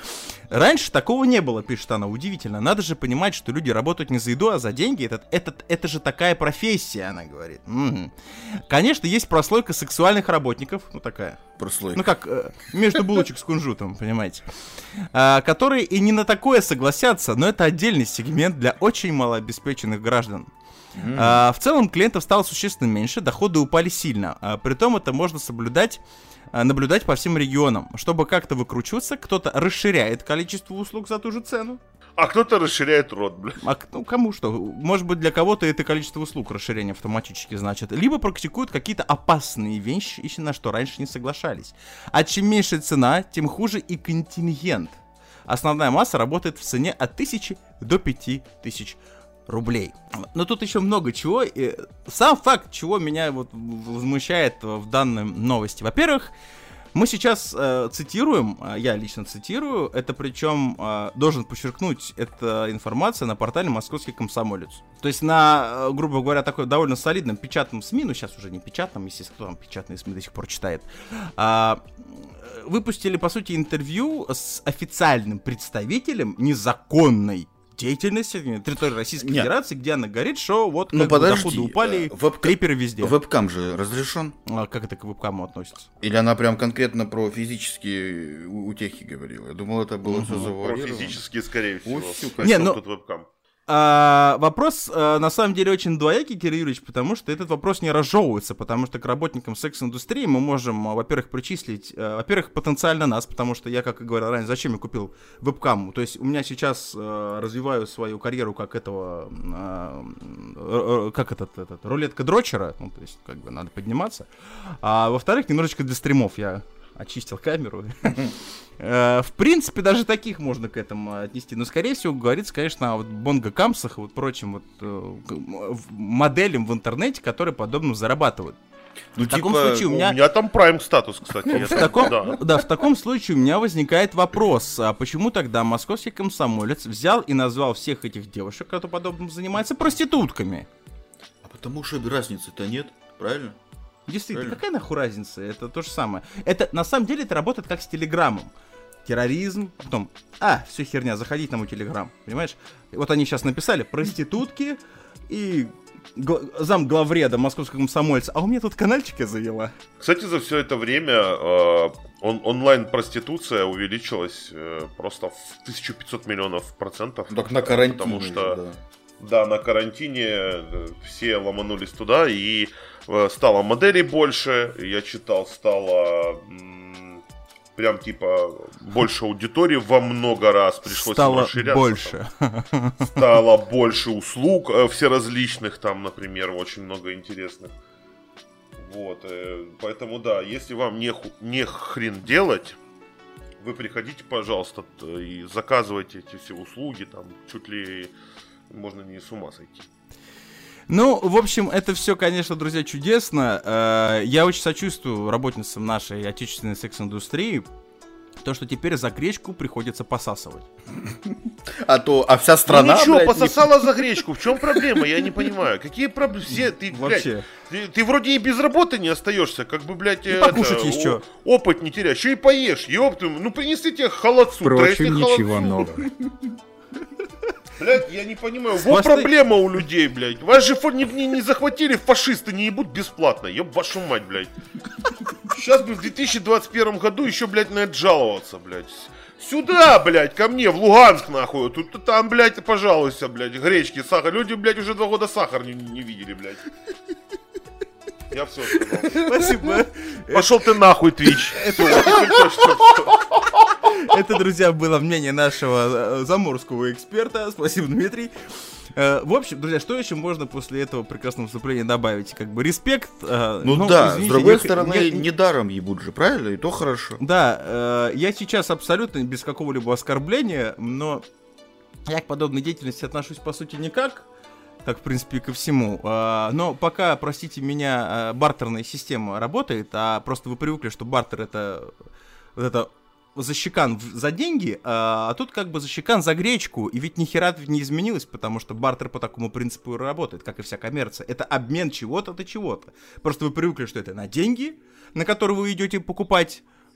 Раньше такого не было, пишет она, удивительно. Надо же понимать, что люди работают не за еду, а за деньги. Это же такая профессия, она говорит. Конечно, есть прослойка сексуальных работников, ну такая. Прослойка. Ну как, между булочек с кунжутом, понимаете. Которые и не на такое согласятся, но это отдельный сегмент для очень малообеспеченных граждан. В целом клиентов стало существенно меньше, доходы упали сильно. Притом это можно наблюдать по всем регионам. Чтобы как-то выкручиваться, кто-то расширяет количество услуг за ту же цену. А кто-то расширяет рот, блядь. Кому что? Может быть, для кого-то это количество услуг расширение автоматически значит. Либо практикуют какие-то опасные вещи, на что раньше не соглашались. А чем меньше цена, тем хуже и контингент. Основная масса работает в цене от 1000 до 5000 рублей. Но тут еще много чего. И сам факт, чего меня вот возмущает в данной новости. Во-первых, мы сейчас цитируем, я лично цитирую, это причем, должен подчеркнуть, это информация на портале «Московский комсомолец». То есть на, грубо говоря, такой довольно солидном печатном СМИ, ну сейчас уже не печатном, естественно, кто там печатные СМИ до сих пор читает, выпустили, по сути, интервью с официальным представителем незаконной деятельности на территории Российской Федерации, где она говорит, что вот как бы доходы упали, криперы везде. Вебкам же разрешен? Как это к вебкаму относится? Или она прям конкретно про физические утехи говорила? Я думал, это было все завуалировано. Про физические, скорее всего. Не, ну... Тут вебкам. Вопрос, на самом деле, очень двоякий, Кирилл Юрьевич, потому что этот вопрос не разжевывается, потому что к работникам секс-индустрии мы можем, во-первых, причислить, во-первых, потенциально нас, потому что я, как и говорил ранее, зачем я купил вебкаму, то есть у меня сейчас развиваю свою карьеру как этого, как этот рулетка-дрочера, ну, то есть, как бы, надо подниматься, а во-вторых, немножечко для стримов я очистил камеру. В принципе, даже таких можно к этому отнести. Но, скорее всего, говорится, конечно, о вот бонгокамсах и вот прочим вот моделям в интернете, которые подобно зарабатывают. Ну, в таком случае у меня там прайм статус, кстати. В таком случае у меня возникает вопрос, а почему тогда московский комсомолец взял и назвал всех этих девушек, кто подобным занимается, проститутками? А потому что разницы-то нет, правильно? Действительно, какая нахуй разница? Это то же самое. Это, на самом деле, это работает как с телеграммом. Терроризм, потом, все херня, заходить на мой телеграм, понимаешь? Вот они сейчас написали проститутки и замглавреда московского комсомольца, а у меня тут канальчик я завела. Кстати, за все это время онлайн-проституция увеличилась просто в 1500 миллионов процентов. Так на карантине. Потому что, да, на карантине все ломанулись туда, и стало моделей больше, я читал, стало прям типа больше аудитории во много раз, пришлось стало расширяться. Больше. Стало больше услуг всеразличных, там, например, очень много интересных. Вот, поэтому да, если вам не хрен делать, вы приходите, пожалуйста, и заказывайте эти все услуги, там, чуть ли можно не с ума сойти. Ну, в общем, это все, конечно, друзья, чудесно. Я очень сочувствую работницам нашей отечественной секс-индустрии. То, что теперь за гречку приходится посасывать. А вся страна, ну, ничего, блядь, пососала за гречку. В чем проблема? Я не понимаю. Какие проблемы? Ты, вообще. Блядь, ты вроде и без работы не остаешься. Как бы, блядь, покушать еще. Опыт не теряешь. Еще и поешь. Ёпты, ну принеси тебе холодцу. Впрочем, ничего нового. Блядь, я не понимаю, вот проблема у людей, блядь. Вас же не захватили фашисты, не ебут бесплатно. Ёб вашу мать, блядь. Сейчас бы в 2021 году еще, блядь, на это жаловаться, блядь. Сюда, блядь, ко мне, в Луганск, нахуй. Тут, там, блядь, пожалуйста, блядь, гречки, сахар. Люди, блядь, уже 2 года сахар не видели, блядь. Я все сказал. Спасибо. Пошел ты нахуй, Твич. Это, друзья, было мнение нашего заморского эксперта. Спасибо, Дмитрий. В общем, друзья, что еще можно после этого прекрасного выступления добавить? Как бы респект. Ну да, извините, с другой стороны, недаром ебут же, правильно? И то хорошо. Да, я сейчас абсолютно без какого-либо оскорбления, но я к подобной деятельности отношусь, по сути, никак. Так, в принципе, и ко всему. Но пока, простите меня, бартерная система работает, а просто вы привыкли, что бартер это защекан за деньги, а тут как бы защекан за гречку, и ведь ни хера не изменилось, потому что бартер по такому принципу и работает, как и вся коммерция. Это обмен чего-то до чего-то. Просто вы привыкли, что это на деньги, на которые вы идете покупать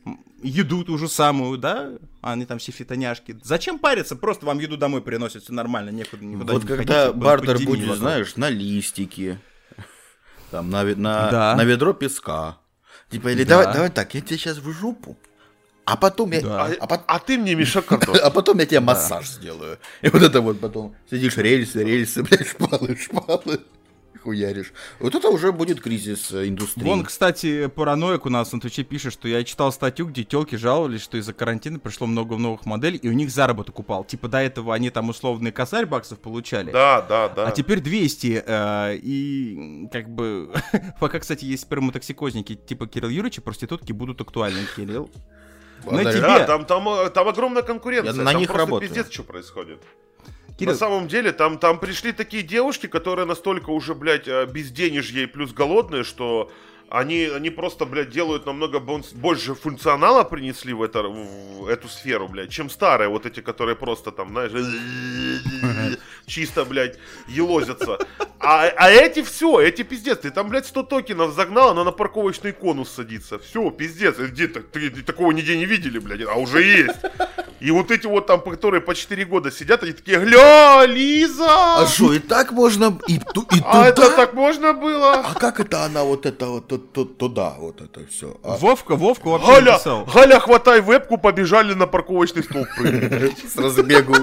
еду ту же самую, да? Они там все фитоняшки. Зачем париться? Просто вам еду домой приносят, все нормально, никуда Вот не когда ходите, бартер под будет, деньги знаешь, на листики, там, на Да. ведро песка. Типа, или Да. давай так, я тебе сейчас в жопу, а потом я... Да. А ты мне мешок картошки. А потом я тебе массаж сделаю. И вот это вот потом сидишь, рельсы, блядь, шпалы. Хуяришь. Вот это уже будет кризис индустрии. Вон, кстати, параноик у нас на Твиче пишет, что я читал статью, где телки жаловались, что из-за карантина пришло много новых моделей, и у них заработок упал. Типа до этого они там условный косарь баксов получали. Да. А теперь 200, и как бы, пока, кстати, есть сперматоксикозники типа Кирилла Юрьевича, проститутки будут актуальны, Кирилл. На Да, тебе. Да, там огромная конкуренция. Я на там них просто работаю. пиздец, что происходит. Кирилл, На самом деле, там пришли такие девушки, которые настолько уже, блядь, безденежье и плюс голодные, что они просто, блядь, делают намного больше функционала принесли в эту сферу, блядь, чем старые, вот эти, которые просто там, знаешь, чисто, блядь, елозятся. А эти все, эти пиздец, ты там, блядь, 100 токенов загнал, она на парковочный конус садится. Все, пиздец, где-то такого нигде не видели, блядь, а уже есть. И вот эти вот там, которые по 4 года сидят, они такие, гля, Лиза! А что, и так можно? И туда? А это так можно было? А как это она вот это вот туда, вот это все? Вовка вообще написал. Галя, хватай вебку, побежали на парковочный столб прыгать. С разбегу.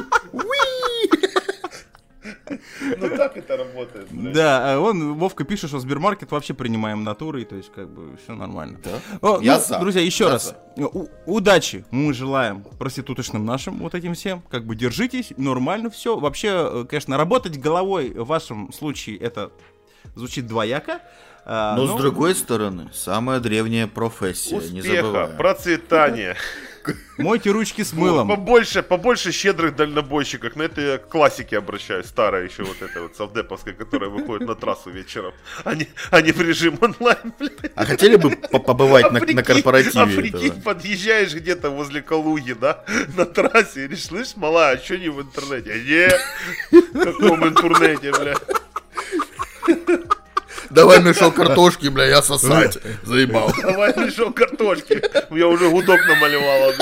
Ну так это работает, блядь. Да, Вовка пишет, что Сбермаркет вообще принимаем натурой, то есть как бы все нормально. Да? Я Ну, за. друзья, еще Я раз, удачи мы желаем проституточным нашим вот этим всем, как бы держитесь, нормально все. Вообще, конечно, работать головой в вашем случае это звучит двояко. Но с другой стороны, самая древняя профессия, не Успеха, забываем. процветания. Мойте ручки с мылом. Побольше щедрых дальнобойщиков. На это я к классике обращаюсь. Старая еще вот эта вот совдеповская, которая выходит на трассу вечером. А не в режим онлайн, блядь. А хотели бы побывать на корпоративе прикинь, этого? подъезжаешь где-то возле Калуги, да, на трассе, и говоришь, слышь, малая, а что не в интернете? Не, в каком интернете, бля? Давай мешок картошки, бля, я сосать. Заебал. Давай мешок картошки. Я уже гудок намалевала.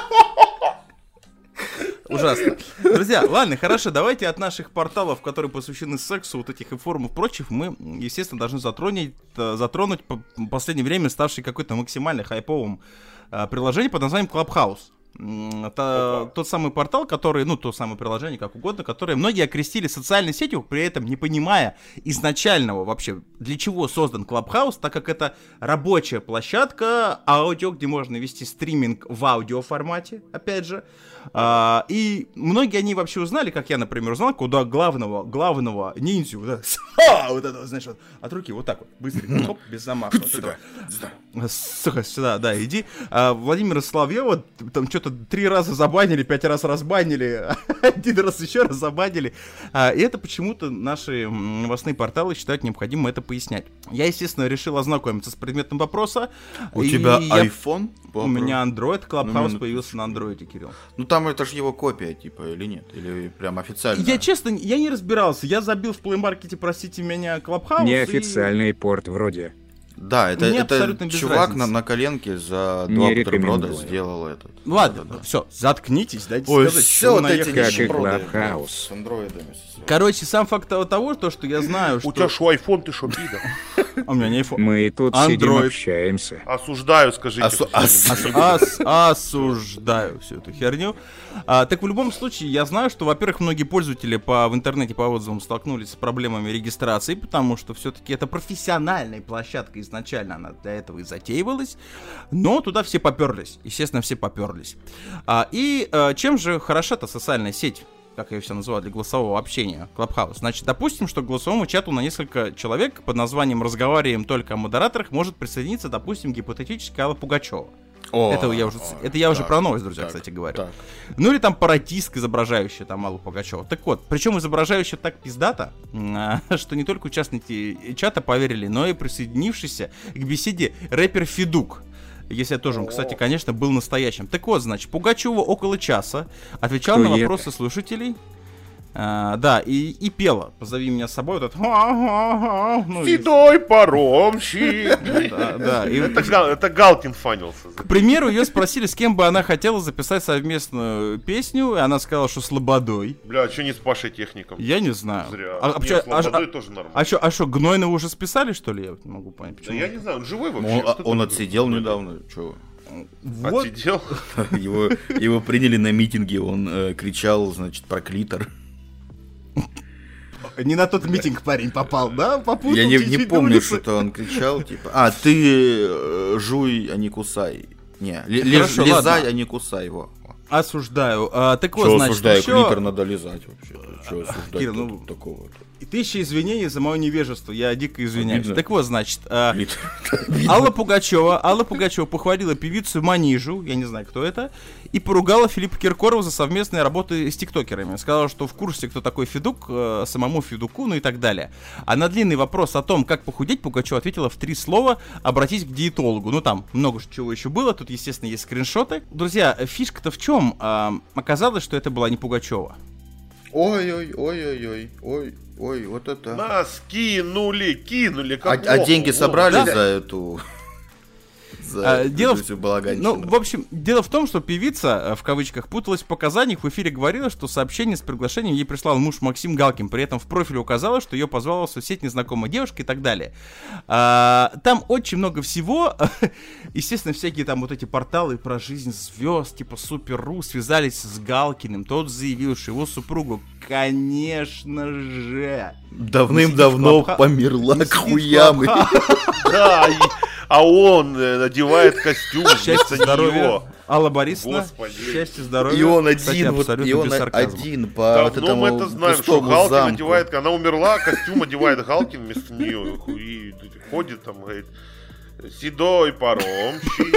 Ужасно. Друзья, ладно, хорошо, давайте от наших порталов, которые посвящены сексу, вот этих и форумов и прочих, мы, естественно, должны затронуть в последнее время ставший какой-то максимально хайповым приложение под названием Clubhouse. Это тот самый портал, который, ну, то самое приложение, как угодно, которое многие окрестили социальной сетью, при этом не понимая изначального вообще, для чего создан Clubhouse, так как это рабочая площадка аудио, где можно вести стриминг в аудиоформате, опять же. И многие они вообще узнали, как я, например, узнал, куда главного ниндзю, да, вот это, знаешь, вот, от руки вот так вот, быстренько, хоп, без замаха. Сука, сюда, да, иди. Владимира Соловьева там что-то 3 раза забанили, 5 раз разбанили, 1 раз еще раз забанили. И это почему-то наши новостные порталы считают необходимым это пояснять. Я, естественно, решил ознакомиться с предметом вопроса. У тебя iPhone? У меня Android, Clubhouse появился на Android, Кирилл. Ну там это же его копия, типа, или нет? Или прям официально? Я, честно, я не разбирался. Я забил в Play Market, простите меня, Clubhouse. Неофициальный порт вроде. Да, Мне это абсолютно без чувак разницы. на коленке за Не 2 бутерброда рекомендую. сделал этот. Ладно, Да-да-да. все, заткнитесь, дайте Ой, сказать, все что вы вот эти наехали. Как и нищеброды, Clubhouse. блядь, с андроидами. Короче, сам факт того, что я знаю, что... У тебя шо, айфон, ты шо, пидор? А у меня не iPhone. Мы и тут сидим, Android. общаемся. Осуждаю, скажите. Осуждаю всю эту херню. Так в любом случае, я знаю, что, во-первых, многие пользователи в интернете по отзывам столкнулись с проблемами регистрации, потому что все-таки это профессиональная площадка изначально, она для этого и затеивалась, но туда все поперлись, естественно, все поперлись. И чем же хороша-то социальная сеть? Как ее все называют, для голосового общения, Clubhouse. Значит, допустим, что к голосовому чату на несколько человек под названием «Разговариваем только о модераторах» может присоединиться, допустим, гипотетически Алла Пугачева. Это я уже про новость, друзья, кстати говоря. Ну или там пародистка, изображающая там Аллу Пугачеву. Так вот, причем изображающая так пиздато, что не только участники чата поверили, но и присоединившийся к беседе рэпер Федук. Если я тоже, кстати, конечно, был настоящим. Так вот, значит, Пугачева около часа отвечал на вопросы слушателей. Да, и пела «Позови меня с собой», вот это... Ну, Седой паромщик. Да. Это Галкин фанился. К примеру, ее спросили, с кем бы она хотела записать совместную песню, и она сказала, что с Лободой. Бля, а что не с Пашей Техником? Я не знаю. Зря. Нет, с Лободой тоже нормально. А что, Гнойного уже списали, что ли? Я не могу понять, Да почему. я не знаю, он живой вообще? Он отсидел недавно. Чего? Вот. Отсидел? Его приняли на митинге, он кричал, значит, про клитор. Не на тот митинг парень попал, да? Попутал Я не чуть-чуть на помню, улице. что он кричал, типа, ты жуй, а не кусай. Не, Хорошо, лизай, ладно. а не кусай его. Осуждаю. Так вот, Что значит, осуждаю, еще... клитор надо лизать вообще. Что осуждать Кир, тут такого-то? И 1000 извинений за мое невежество, я дико извиняюсь. Обидно. Так вот, значит, Клитор. Алла Пугачева похвалила певицу Манижу, я не знаю, кто это, и поругала Филиппа Киркорова за совместные работы с тиктокерами. Сказала, что в курсе, кто такой Федук, самому Федуку, ну и так далее. А на длинный вопрос о том, как похудеть, Пугачева ответила в 3 слова: обратись к диетологу. Ну там много чего еще было, тут, естественно, есть скриншоты. Друзья, фишка-то в чем? Оказалось, что это была не Пугачева. Ой, вот это. Нас кинули, как А лоху. деньги собрали Да. за эту... За Дело эту всю балаганщину? Ну, в общем, дело в том, что певица, в кавычках, путалась в показаниях, в эфире говорила, что сообщение с приглашением ей прислал муж Максим Галкин, при этом в профиле указала, что ее позвала в соцсеть незнакомая девушка и так далее. Там очень много всего, естественно, всякие там вот эти порталы про жизнь звезд, типа Супер.ру, связались с Галкиным, тот заявил, что его супругу, конечно же... Давным-давно померла к хуям. Да, а он надевает костюм Счастья, вместо здоровья, нее. Алла Борисовна, Господи. счастья, здоровья. И он Кстати, один, вот, абсолютно и он без сарказма. один по вот Давно этому мы это знаем, что пустому Галкин замку. одевает, она умерла, костюм одевает Галкин вместо нее. И ходит там, говорит, седой паромщик.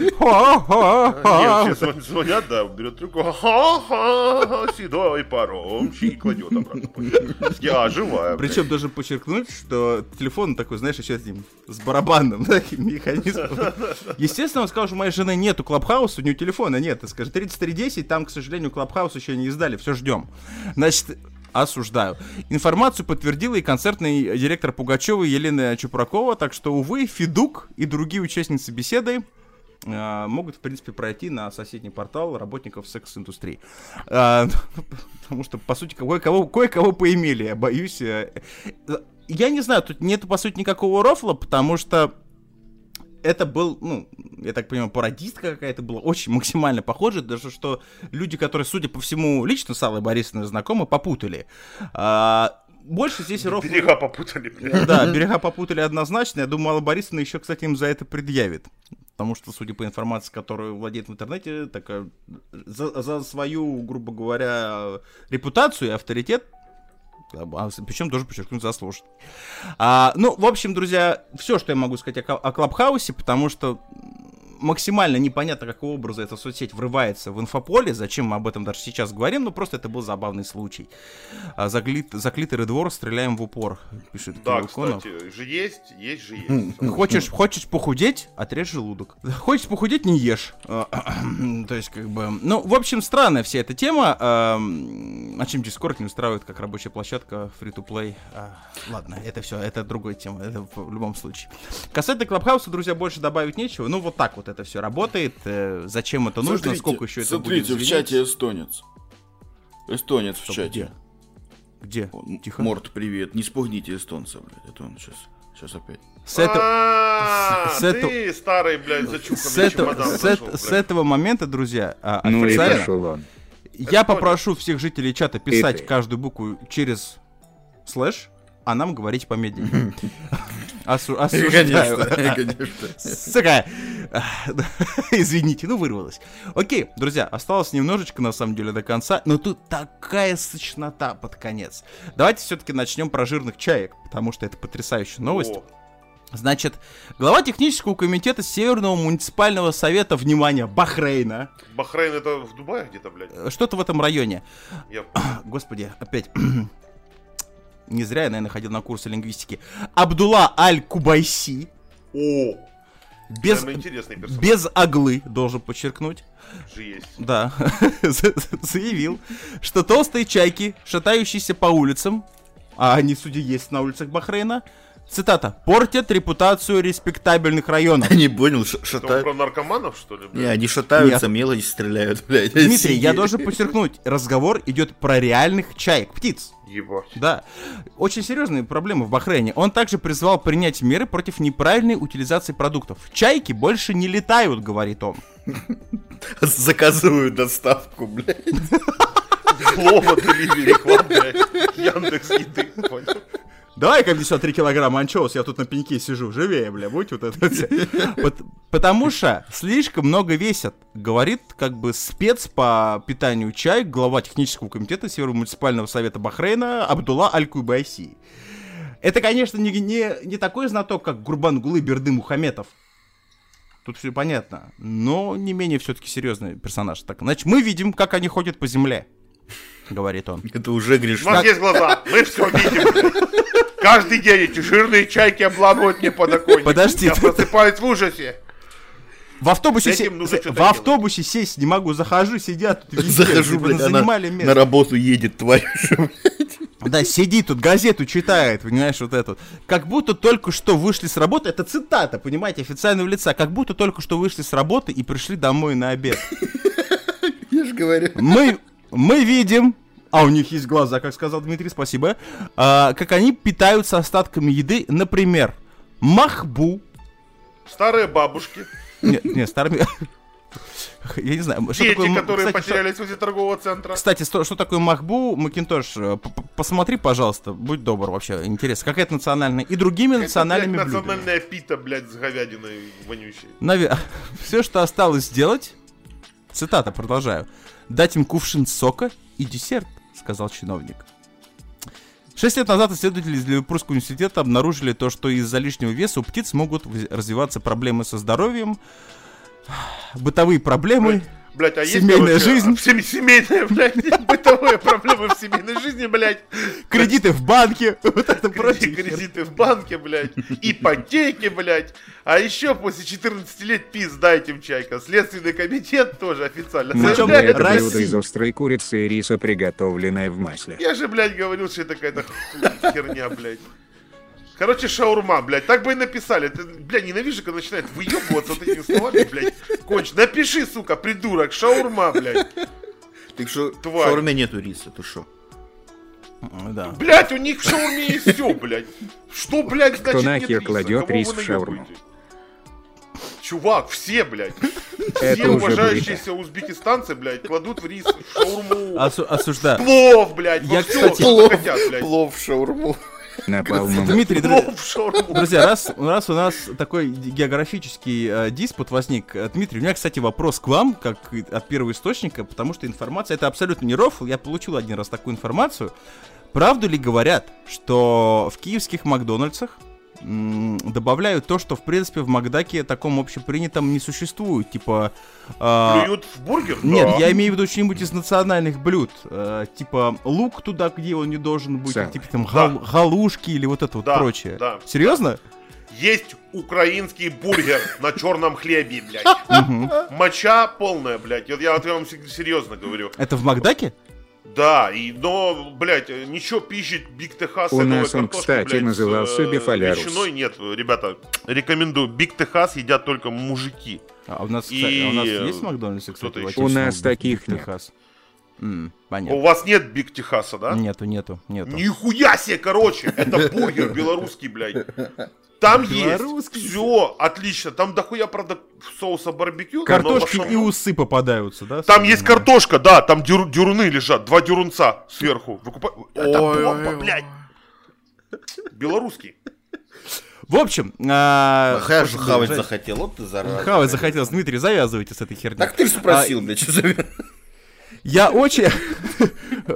Нет, все звонят, да, берет трубку. Седой паромщик, и кладет обратно. Я живая. Причем должен подчеркнуть, что телефон такой, знаешь, еще с барабанным таким механизмом. Естественно, он сказал, что у моей жены нету Клабхауса, у нее телефона нет. Скажи, 3310, там, к сожалению, Клабхаус еще не издали, все ждем. Значит, осуждаю. Информацию подтвердила и концертный директор Пугачевой Елена Чупракова, так что, увы, Федук и другие участницы беседы могут, в принципе, пройти на соседний портал работников секс-индустрии. Потому что, по сути, кое-кого поимели, я боюсь. Я не знаю, тут нету, по сути, никакого рофла, потому что это был, ну, я так понимаю, пародистка какая-то была, очень максимально похожа, даже что люди, которые, судя по всему, лично с Аллой Борисовной знакомы, попутали. Больше здесь рофла... Берега попутали, блядь. Да, берега попутали однозначно. Я думаю, Алла Борисовна еще, кстати, им за это предъявит. Потому что, судя по информации, которую владеет в интернете, такая, за свою, грубо говоря, репутацию и авторитет, причем тоже, подчеркну, заслуженно. Ну, в общем, друзья, все, что я могу сказать о Клабхаусе, потому что максимально непонятно, какого образа эта соцсеть врывается в инфополе, зачем мы об этом даже сейчас говорим, но просто это был забавный случай. За клитор и двор стреляем в упор, пишет Да, Кирилл Конов. кстати, же есть. Хочешь похудеть, отрежь желудок. Хочешь похудеть, не ешь. То есть, как бы... Ну, в общем, странная вся эта тема. А чем Discord не устраивает как рабочая площадка free-to-play? Ладно, это все, это другая тема, это в любом случае. Касательно Клабхауса, друзья, больше добавить нечего. Ну, вот так вот это все работает. Зачем это нужно, сколько еще это будет Смотрите, в чате эстонец. Эстонец в чате. Где? Тихо. Морт, привет. Не спугните эстонца, блядь. Это он сейчас опять. Ты старый, блядь, зачуханный чемодан зашел, с этого момента, друзья, Ну и официально пошел он. я попрошу всех жителей чата писать ты. каждую букву через слэш, а нам говорить помедленнее. Осуждаю. Конечно. Сука. Извините, вырвалось. Окей, друзья, осталось немножечко, на самом деле, до конца, но тут такая сочнота под конец. Давайте все-таки начнем про жирных чаек, потому что это потрясающая новость. Значит, глава технического комитета Северного муниципального совета, внимание, Бахрейна. Бахрейн это в Дубае где-то, блядь? Что-то в этом районе. Я... Господи, опять... Не зря я, наверное, ходил на курсы лингвистики. Абдулла Аль-Кубайси. О! Наверное, интересный персонаж. без оглы, должен подчеркнуть, Же есть. да, заявил, что толстые чайки, шатающиеся по улицам, а они, судя есть на улицах Бахрейна, цитата, портят репутацию респектабельных районов. Я не понял, Это он шатают. про наркоманов, что ли? Не, блядь? они шатаются, мелочь стреляют, блядь. Дмитрий, я должен подчеркнуть, разговор идет про реальных чаек, птиц. Ебать. Да, очень серьезные проблемы в Бахрейне. Он также призвал принять меры против неправильной утилизации продуктов. Чайки больше не летают, говорит он. Заказывают доставку, блядь. Слово деливери, клаб, блядь. Яндекс еды, понял? Давай-ка мне сюда 3 килограмма анчоус, я тут на пеньке сижу, живее, бля, будь вот это все. Потому что слишком много весят, говорит как бы спец по питанию чай, глава технического комитета Северного муниципального совета Бахрейна Абдулла Аль-Куйбайси. Это, конечно, не такой знаток, как Гурбангулы Берды Мухаметов. Тут все понятно, но не менее все-таки серьезный персонаж. Так, значит, мы видим, как они ходят по земле, говорит он. Это уже У грешно. нас есть глаза, мы все видим, блядь. Каждый день эти жирные чайки обламывают мне подоконник. Подожди, Я ты- просыпаюсь в ужасе. В автобусе, С этим нужно что-то в автобусе сесть не могу, захожу, сидят тут везде, Захожу, типа, блядь, она занимали место. на работу едет, твою же. Да, сидит тут, газету читает, понимаешь, вот это вот. Как будто только что вышли с работы, это цитата, понимаете, официального лица, как будто только что вышли с работы и пришли домой на обед. Я же говорю. Мы видим, а у них есть глаза, как сказал Дмитрий, спасибо, как они питаются остатками еды, например, махбу. Старые бабушки, Не, старыми... Я не знаю, что дети, такое... которые кстати, потерялись возле торгового центра. Кстати, что такое махбу, Макинтош, посмотри, пожалуйста, будь добр, вообще, интересно, какая это национальная, и другими национальными Это, блядь, блюдами. национальная пита, блядь, с говядиной вонючей. Все, что осталось сделать, цитата, продолжаю, дать им кувшин сока и десерт, сказал чиновник. 6 лет назад исследователи из Ливерпульского университета обнаружили то, что из-за лишнего веса у птиц могут развиваться проблемы со здоровьем, бытовые проблемы, Блядь, а семейная есть, короче, жизнь. Семейная, блядь, бытовые проблемы в семейной жизни, блядь. кредиты в банке, вот это прочее. Кредиты в банке, блядь, ипотеки, блядь. А еще после 14 лет пизда этим чайка. Следственный комитет тоже официально Причем заявляет. Это блюдо Россия. из острой курицы и риса, приготовленное в масле. Я же, блядь, говорил, что это какая-то херня, блядь. Короче, шаурма, блядь, так бы и написали. Ты, блядь, ненавижу, когда начинает выебываться вот этими словами, блядь. Конч, напиши, сука, придурок, шаурма, блядь. Так что в Тварь. шаурме нету риса, ты шо? Да. Блядь, у них в шаурме есть все, блядь. Что, блядь, значит Кто нет нахер риса? кладет Кого рис вы в шаурму? наебываете? Чувак, все, блядь. Все Это уже уважающиеся узбекистанцы, блядь, кладут в рис в шаурму. Осуждаю. Плов, блядь, во Я, все, кстати, что хотят, блядь. Плов в шаурму. Напалмом. Дмитрий, Плов в шаурму. друзья, раз у нас такой географический диспут возник, Дмитрий, у меня, кстати, вопрос к вам, как и от первого источника, потому что информация, это абсолютно не рофл, я получил один раз такую информацию. Правду ли говорят, что в киевских Макдональдсах добавляют то, что, в принципе, в Макдаке таком общепринятом не существует, типа... Плюют в бургер? Нет, Да. я имею в виду что-нибудь из национальных блюд, типа лук туда, где он не должен быть, Сало. типа там Да. галушки или вот это вот Да, прочее. да. Серьезно? Есть украинский бургер на черном хлебе, блядь. Моча полная, блядь. Я вам серьезно говорю. Это в Макдаке? Да, но, блядь, ничего пищит Биг Техас. У нас он, кстати, назывался Бифалярус. Ветчиной нет, ребята, рекомендую. Биг Техас едят только мужики. А у нас, И, кстати, у нас есть в Макдональдсе, кстати, кто-то в еще. отечественном У нас таких нет. Техас? У Понятно. вас нет Биг Техаса, да? Нету. Нихуя себе, короче, это бургер белорусский, блядь. Там есть Белорусский. все отлично. Там дохуя, правда, соуса барбекю. но Картошки в и основном- усы попадаются, да? Там есть картошка, да, там дюруны лежат, 2 дюрунца сверху. Это бомба, блядь. Белорусский. В общем, Я же очень хавать жаль. захотел, вот ты зараза. Хавать захотелось. Дмитрий, завязывайте с этой херней. Так ты же спросил, блядь, что за... Я очень...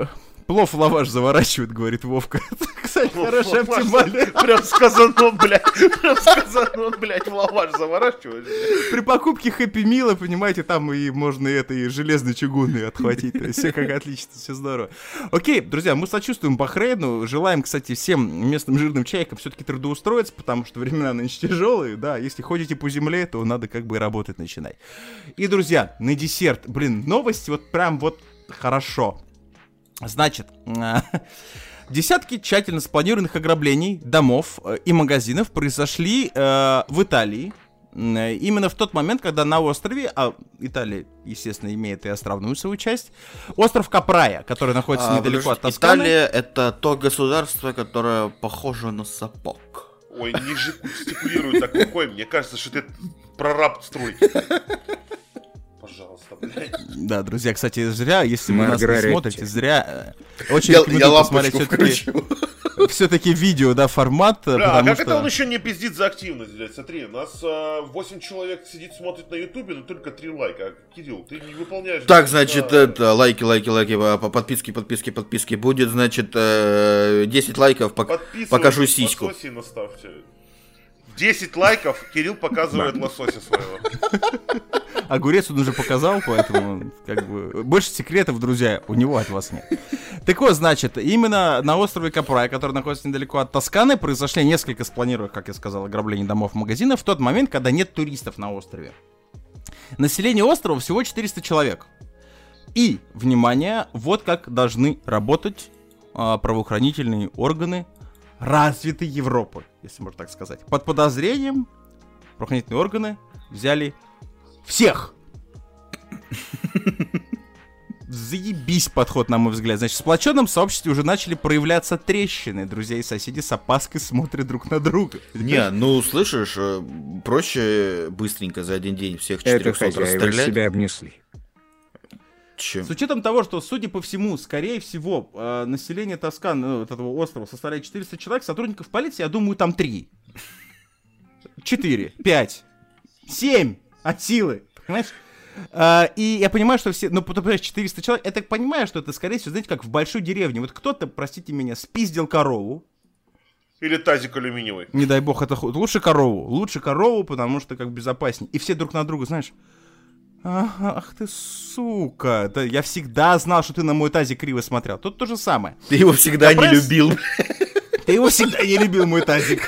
Плов в лаваш заворачивают, говорит Вовка. Кстати, хорошая оптимальная. Прям с казаном, блядь, в лаваш заворачиваешь. При покупке Хэппи Мила, понимаете, там и можно это и железный чугунный отхватить. То есть все как отлично, все здорово. Окей, друзья, мы сочувствуем Бахрейну. Желаем, кстати, всем местным жирным чайкам все-таки трудоустроиться, потому что времена нынче тяжелые. Да, если ходите по земле, то надо как бы работать начинать. И, друзья, на десерт, новости вот прям вот хорошо. Значит, десятки тщательно спланированных ограблений домов и магазинов произошли в Италии. Именно в тот момент, когда на острове, а Италия, естественно, имеет и островную свою часть, остров Капрая, который находится недалеко от Тосканы. Италия — это то государство, которое похоже на сапог. Ой, не жестикулируй так рукой, мне кажется, что ты прораб стройки. Пожалуйста, блядь. Да, друзья, кстати, зря, если вы нас не Маргаретти. смотрите, зря. Очень рекомендую посмотреть все-таки видео, да, формат. Бля, а как что... это он еще не пиздит за активность, блядь? Смотри, у нас 8 человек сидит, смотрит на ютубе, но только 3 лайка. Кирилл, ты не выполняешь... Так, значит, это, лайки, подписки. Будет, значит, 10 лайков, покажу сиську. 10 лайков, Кирилл показывает лосося своего. Огурец он уже показал, поэтому как бы больше секретов, друзья, у него от вас нет. Так вот, значит, именно на острове Капрая, который находится недалеко от Тосканы, произошли несколько спланированных, как я сказал, ограблений домов и магазинов в тот момент, когда нет туристов на острове. Население острова всего 400 человек. И, внимание, вот как должны работать правоохранительные органы развитой Европы, если можно так сказать. Под подозрением правоохранительные органы взяли всех. Заебись подход, на мой взгляд. Значит, в сплоченном сообществе уже начали проявляться трещины. Друзья и соседи с опаской смотрят друг на друга. Не, ну, слышишь, проще быстренько за один день всех Это 400 хозяева расстрелять. себя обнесли. Чем? С учетом того, что, судя по всему, скорее всего, население Тосканы, вот этого острова, составляет 400 человек, сотрудников полиции, я думаю, там 3. 4, 5, 7 от силы, понимаешь? И я понимаю, что все, ну, понимаешь, 400 человек, я так понимаю, что это, скорее всего, знаете, как в большой деревне. Вот кто-то, простите меня, спиздил корову. Или тазик алюминиевый. Не дай бог, это лучше корову, потому что как безопаснее. И все друг на друга, знаешь... Ах ты, сука. Да, я всегда знал, что ты на мой тазик криво смотрел. Тут то же самое. Ты его всегда не любил. Ты его всегда не любил, мой тазик.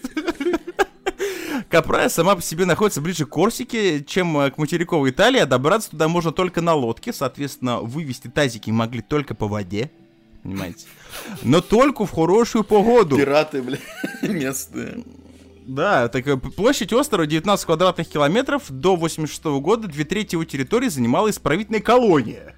Капрая сама по себе находится ближе к Корсике, чем к материковой Италии, а добраться туда можно только на лодке. Соответственно, вывести тазики могли только по воде. Понимаете? Но только в хорошую погоду. Пираты, бля, местные. Да, так площадь острова 19 квадратных километров. До 86 года 2/3 его территории занимала исправительная колония.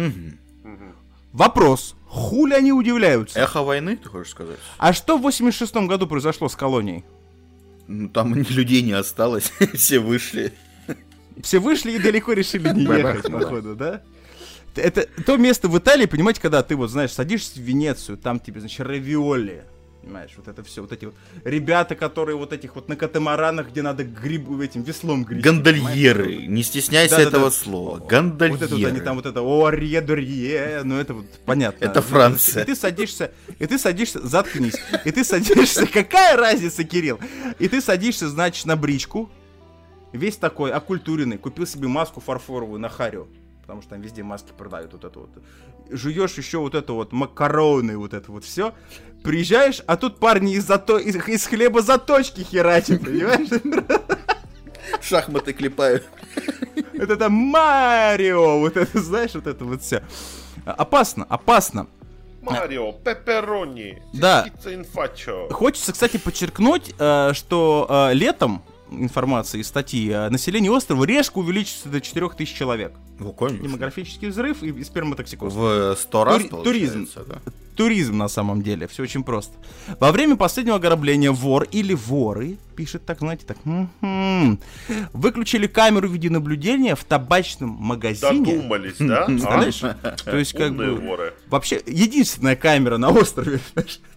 Вопрос. Хули они удивляются? Эхо войны, ты хочешь сказать? А что в 86 году произошло с колонией? Ну, там людей не осталось, все вышли. Все вышли и далеко решили не ехать, походу, да? Это то место в Италии, понимаете, когда ты вот, знаешь, садишься в Венецию, там тебе, значит, равиоли. Понимаешь, вот это все, вот эти вот ребята, которые вот этих вот на катамаранах, где надо этим веслом грести. Гондольеры, не стесняйся этого слова. Гондольеры. Вот это вот они там вот это орье-дурье, ну это вот понятно. Это Франция. И ты садишься, заткнись. И ты садишься, какая разница, Кирилл? И ты садишься, значит, на бричку, весь такой окультуренный, купил себе маску фарфоровую на Харио. Потому что там везде маски продают, вот это вот. Жуешь еще вот это вот, макароны, вот это вот все. Приезжаешь, а тут парни из хлеба заточки херачат, понимаешь? Шахматы клепают. Это там Марио, вот это, знаешь, вот это вот все. Опасно. Марио, пепперони, да. пицца инфачо. Хочется, кстати, подчеркнуть, что летом, информации из статьи, население острова резко увеличится до 4000 человек. Ну, конечно. Демографический взрыв и сперматоксикоз. В 100 раз, Туризм. Да? Туризм, на самом деле. Все очень просто. Во время последнего ограбления вор или воры, пишет так, знаете, так, выключили камеру видеонаблюдения в табачном магазине. Додумались, да? Знаешь? То есть, как бы... Воры. Вообще, единственная камера на острове,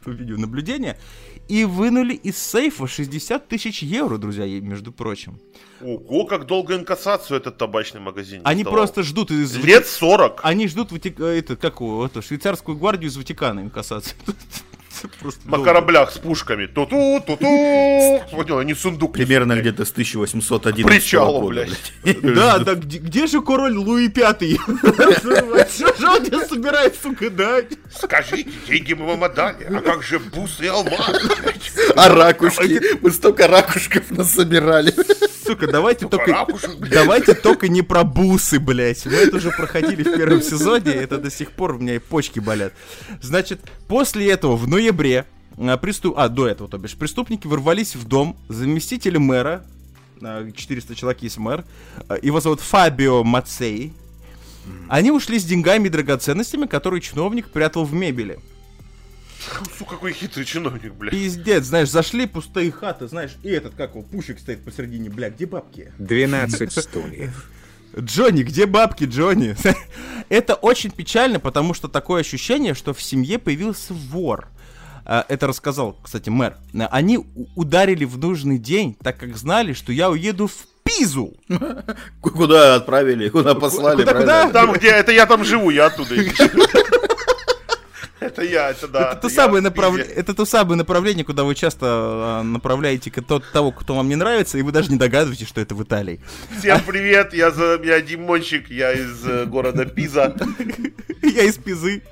видеонаблюдения и вынули из сейфа 60 тысяч евро, друзья, между прочим. Ого, как долго инкассацию этот табачный магазин не Они сдавал. просто ждут Лет 40. Они ждут швейцарскую гвардию из Ватикана инкассацию. На кораблях с пушками. Ту-ту-ту-ту. Понял, они сундук. Примерно где-то с 1811 Причалу, года. блядь. Да, где же король Луи Пятый? Что же он тебе собирает, сука, дать? Скажите, деньги мы вам отдали. А как же бусы и алмазы, блядь? А ракушки? Мы столько ракушков насобирали. Сука, давайте ракушек, блядь. давайте только не про бусы, блядь. Мы это уже проходили в первом сезоне, это до сих пор у меня и почки болят. Значит, после этого в ноябре преступники ворвались в дом заместителя мэра, 400 человек есть мэр, его зовут Фабио Мацей. Они ушли с деньгами и драгоценностями, которые чиновник прятал в мебели. Сука, какой хитрый чиновник, блядь. Пиздец, знаешь, зашли пустые хаты, знаешь, и пушек стоит посередине, бля, где бабки? 12 стульев. Джонни, где бабки, Джонни? Это очень печально, потому что такое ощущение, что в семье появился вор. Это рассказал, кстати, мэр. Они ударили в нужный день, так как знали, что я уеду в Пизу. Куда отправили, куда послали, Куда? Там, где это я там живу, я оттуда. Это я, это да. Это то самое направление, куда вы часто направляете того, кто вам не нравится, и вы даже не догадываетесь, что это в Италии. Всем привет, я Димончик, я из города Пиза. Я из Пизы.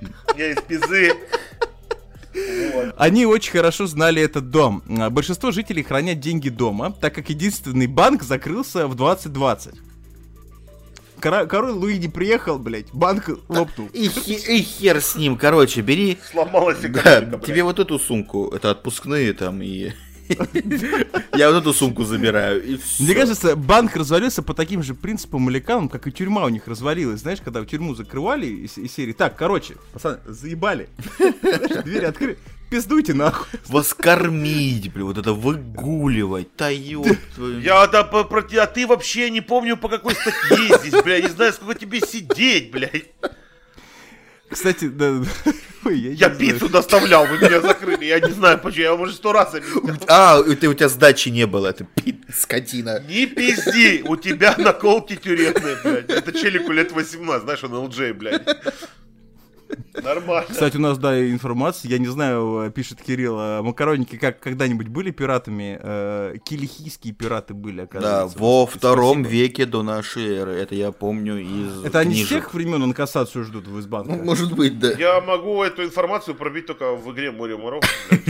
Вот. Они очень хорошо знали этот дом. Большинство жителей хранят деньги дома, так как единственный банк закрылся в 2020. Король Луи не приехал, блядь, банк лопнул. И хер с ним, короче, бери. Сломалась экономика, блядь. Тебе вот эту сумку, это отпускные там и... Я вот эту сумку забираю, и все. Мне кажется, банк развалился по таким же принципам лекалам, как и тюрьма у них развалилась. Знаешь, когда тюрьму закрывали из серии, так, короче, пацаны, заебали. Двери открыли, пиздуйте нахуй. Вас кормить, блин, вот это выгуливать, ёб твою. А ты вообще не помню, по какой статье здесь, блядь, не знаю, сколько тебе сидеть, блядь. Кстати, да... Я пиццу доставлял, вы меня закрыли, я не знаю почему, я вам уже 100 раз объяснял. У тебя сдачи не было, ты скотина. Не пизди, у тебя наколки тюремные, блядь. Это челику лет 18, знаешь, он LJ, блядь. Нормально. Кстати, у нас, да, информация, я не знаю, пишет Кирилл, макаронники когда-нибудь были пиратами? Килихийские пираты были, оказывается. Да, во втором веке до нашей эры, это я помню из Это они с книжек. тех времен инкассацию ждут в избанке? Ну, может быть, да. Я могу эту информацию пробить только в игре «Море моров», блядь.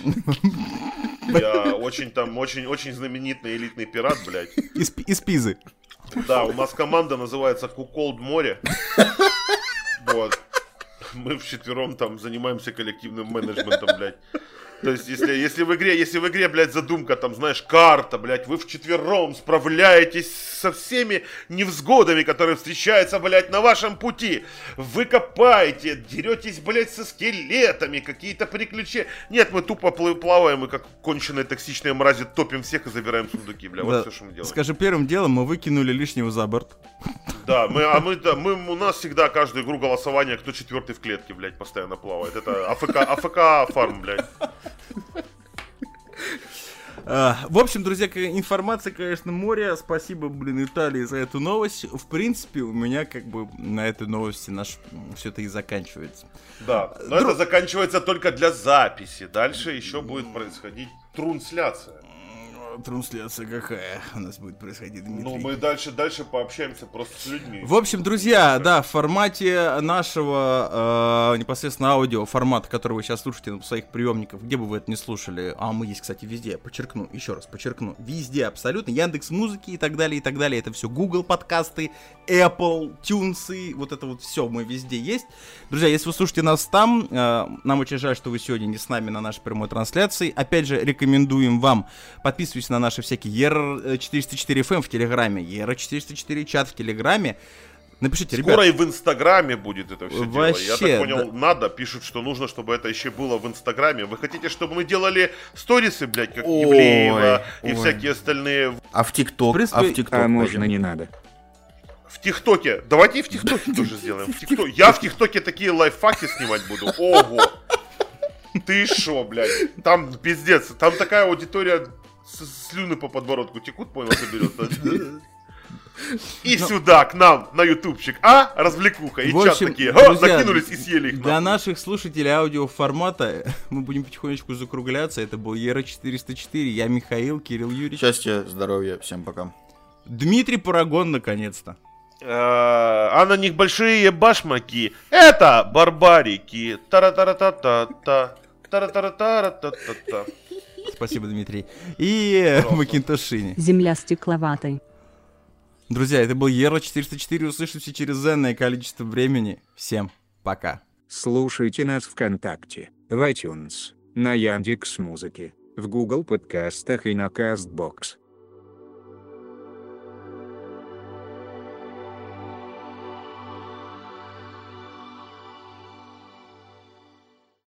Я очень знаменитый элитный пират, блядь. Из Пизы. Да, у нас команда называется Куколд Море. Вот. Мы вчетвером там занимаемся коллективным менеджментом, блядь. То есть, если в игре, блядь, задумка, там, знаешь, карта, блядь, вы вчетвером справляетесь со всеми невзгодами, которые встречаются, блядь, на вашем пути. Вы копаете, деретесь, блядь, со скелетами, какие-то приключения. Нет, мы тупо плаваем, мы как конченые токсичные мрази топим всех и забираем сундуки, блядь. Вот все, что мы делаем. Скажи, первым делом мы выкинули лишнего за борт. Да, у нас всегда каждую игру голосование, кто четвертый в клетке, блядь, постоянно плавает. Это АФК фарм, блядь. В общем, друзья, информация, конечно, море. Спасибо, блин, Италии за эту новость. В принципе, у меня как бы на этой новости все это и заканчивается. Да, но это заканчивается только для записи. Дальше еще будет происходить трансляция. Трансляция какая у нас будет происходить, Дмитрий? Ну, мы дальше пообщаемся просто с людьми. В общем, друзья, да, в формате нашего непосредственно аудио формата, который вы сейчас слушаете на своих приемниках, где бы вы это ни слушали, а мы есть, кстати, везде, еще раз подчеркну, везде абсолютно, Яндекс.Музыки и так далее, это все Google подкасты, Apple, Tunes, вот это вот все, мы везде есть. Друзья, если вы слушаете нас там, нам очень жаль, что вы сегодня не с нами на нашей прямой трансляции. Опять же, рекомендуем вам подписывайтесь на наши всякие ER404FM в Телеграме, ER404 чат в Телеграме. Напишите, ребят. Скоро и в Инстаграме будет это все Вообще, дело. Я так понял, надо, пишут, что нужно, чтобы это еще было в Инстаграме. Вы хотите, чтобы мы делали сторисы, блядь, как Ивлеева и всякие остальные? А в ТикТок? А можно не надо. В ТикТоке. Давайте и в ТикТоке тоже сделаем. Я в ТикТоке такие лайфхаки снимать буду. Ого! Ты шо, блядь? Там пиздец. Там такая аудитория, слюны по подбородку текут, понял, соберется. И сюда, к нам, на ютубчик, развлекуха. И В чат общем, такие, друзья, накинулись и съели их. Для нахуй. наших слушателей аудиоформата мы будем потихонечку закругляться. Это был Ера 404, я Михаил, Кирилл Юрьевич. Счастья, здоровья, всем пока. Дмитрий Парагон, наконец-то. А на них большие башмаки. Это барбарики. Тара-тара-та-та-та. Тара-тара-тара-та-та-та. Спасибо, Дмитрий. И Макинтошини. Земля стекловатой. Друзья, это был Ера 404. Услышимся через энное количество времени. Всем пока. Слушайте нас ВКонтакте, в iTunes, на Яндекс.Музыке, в Google подкастах и на Castbox.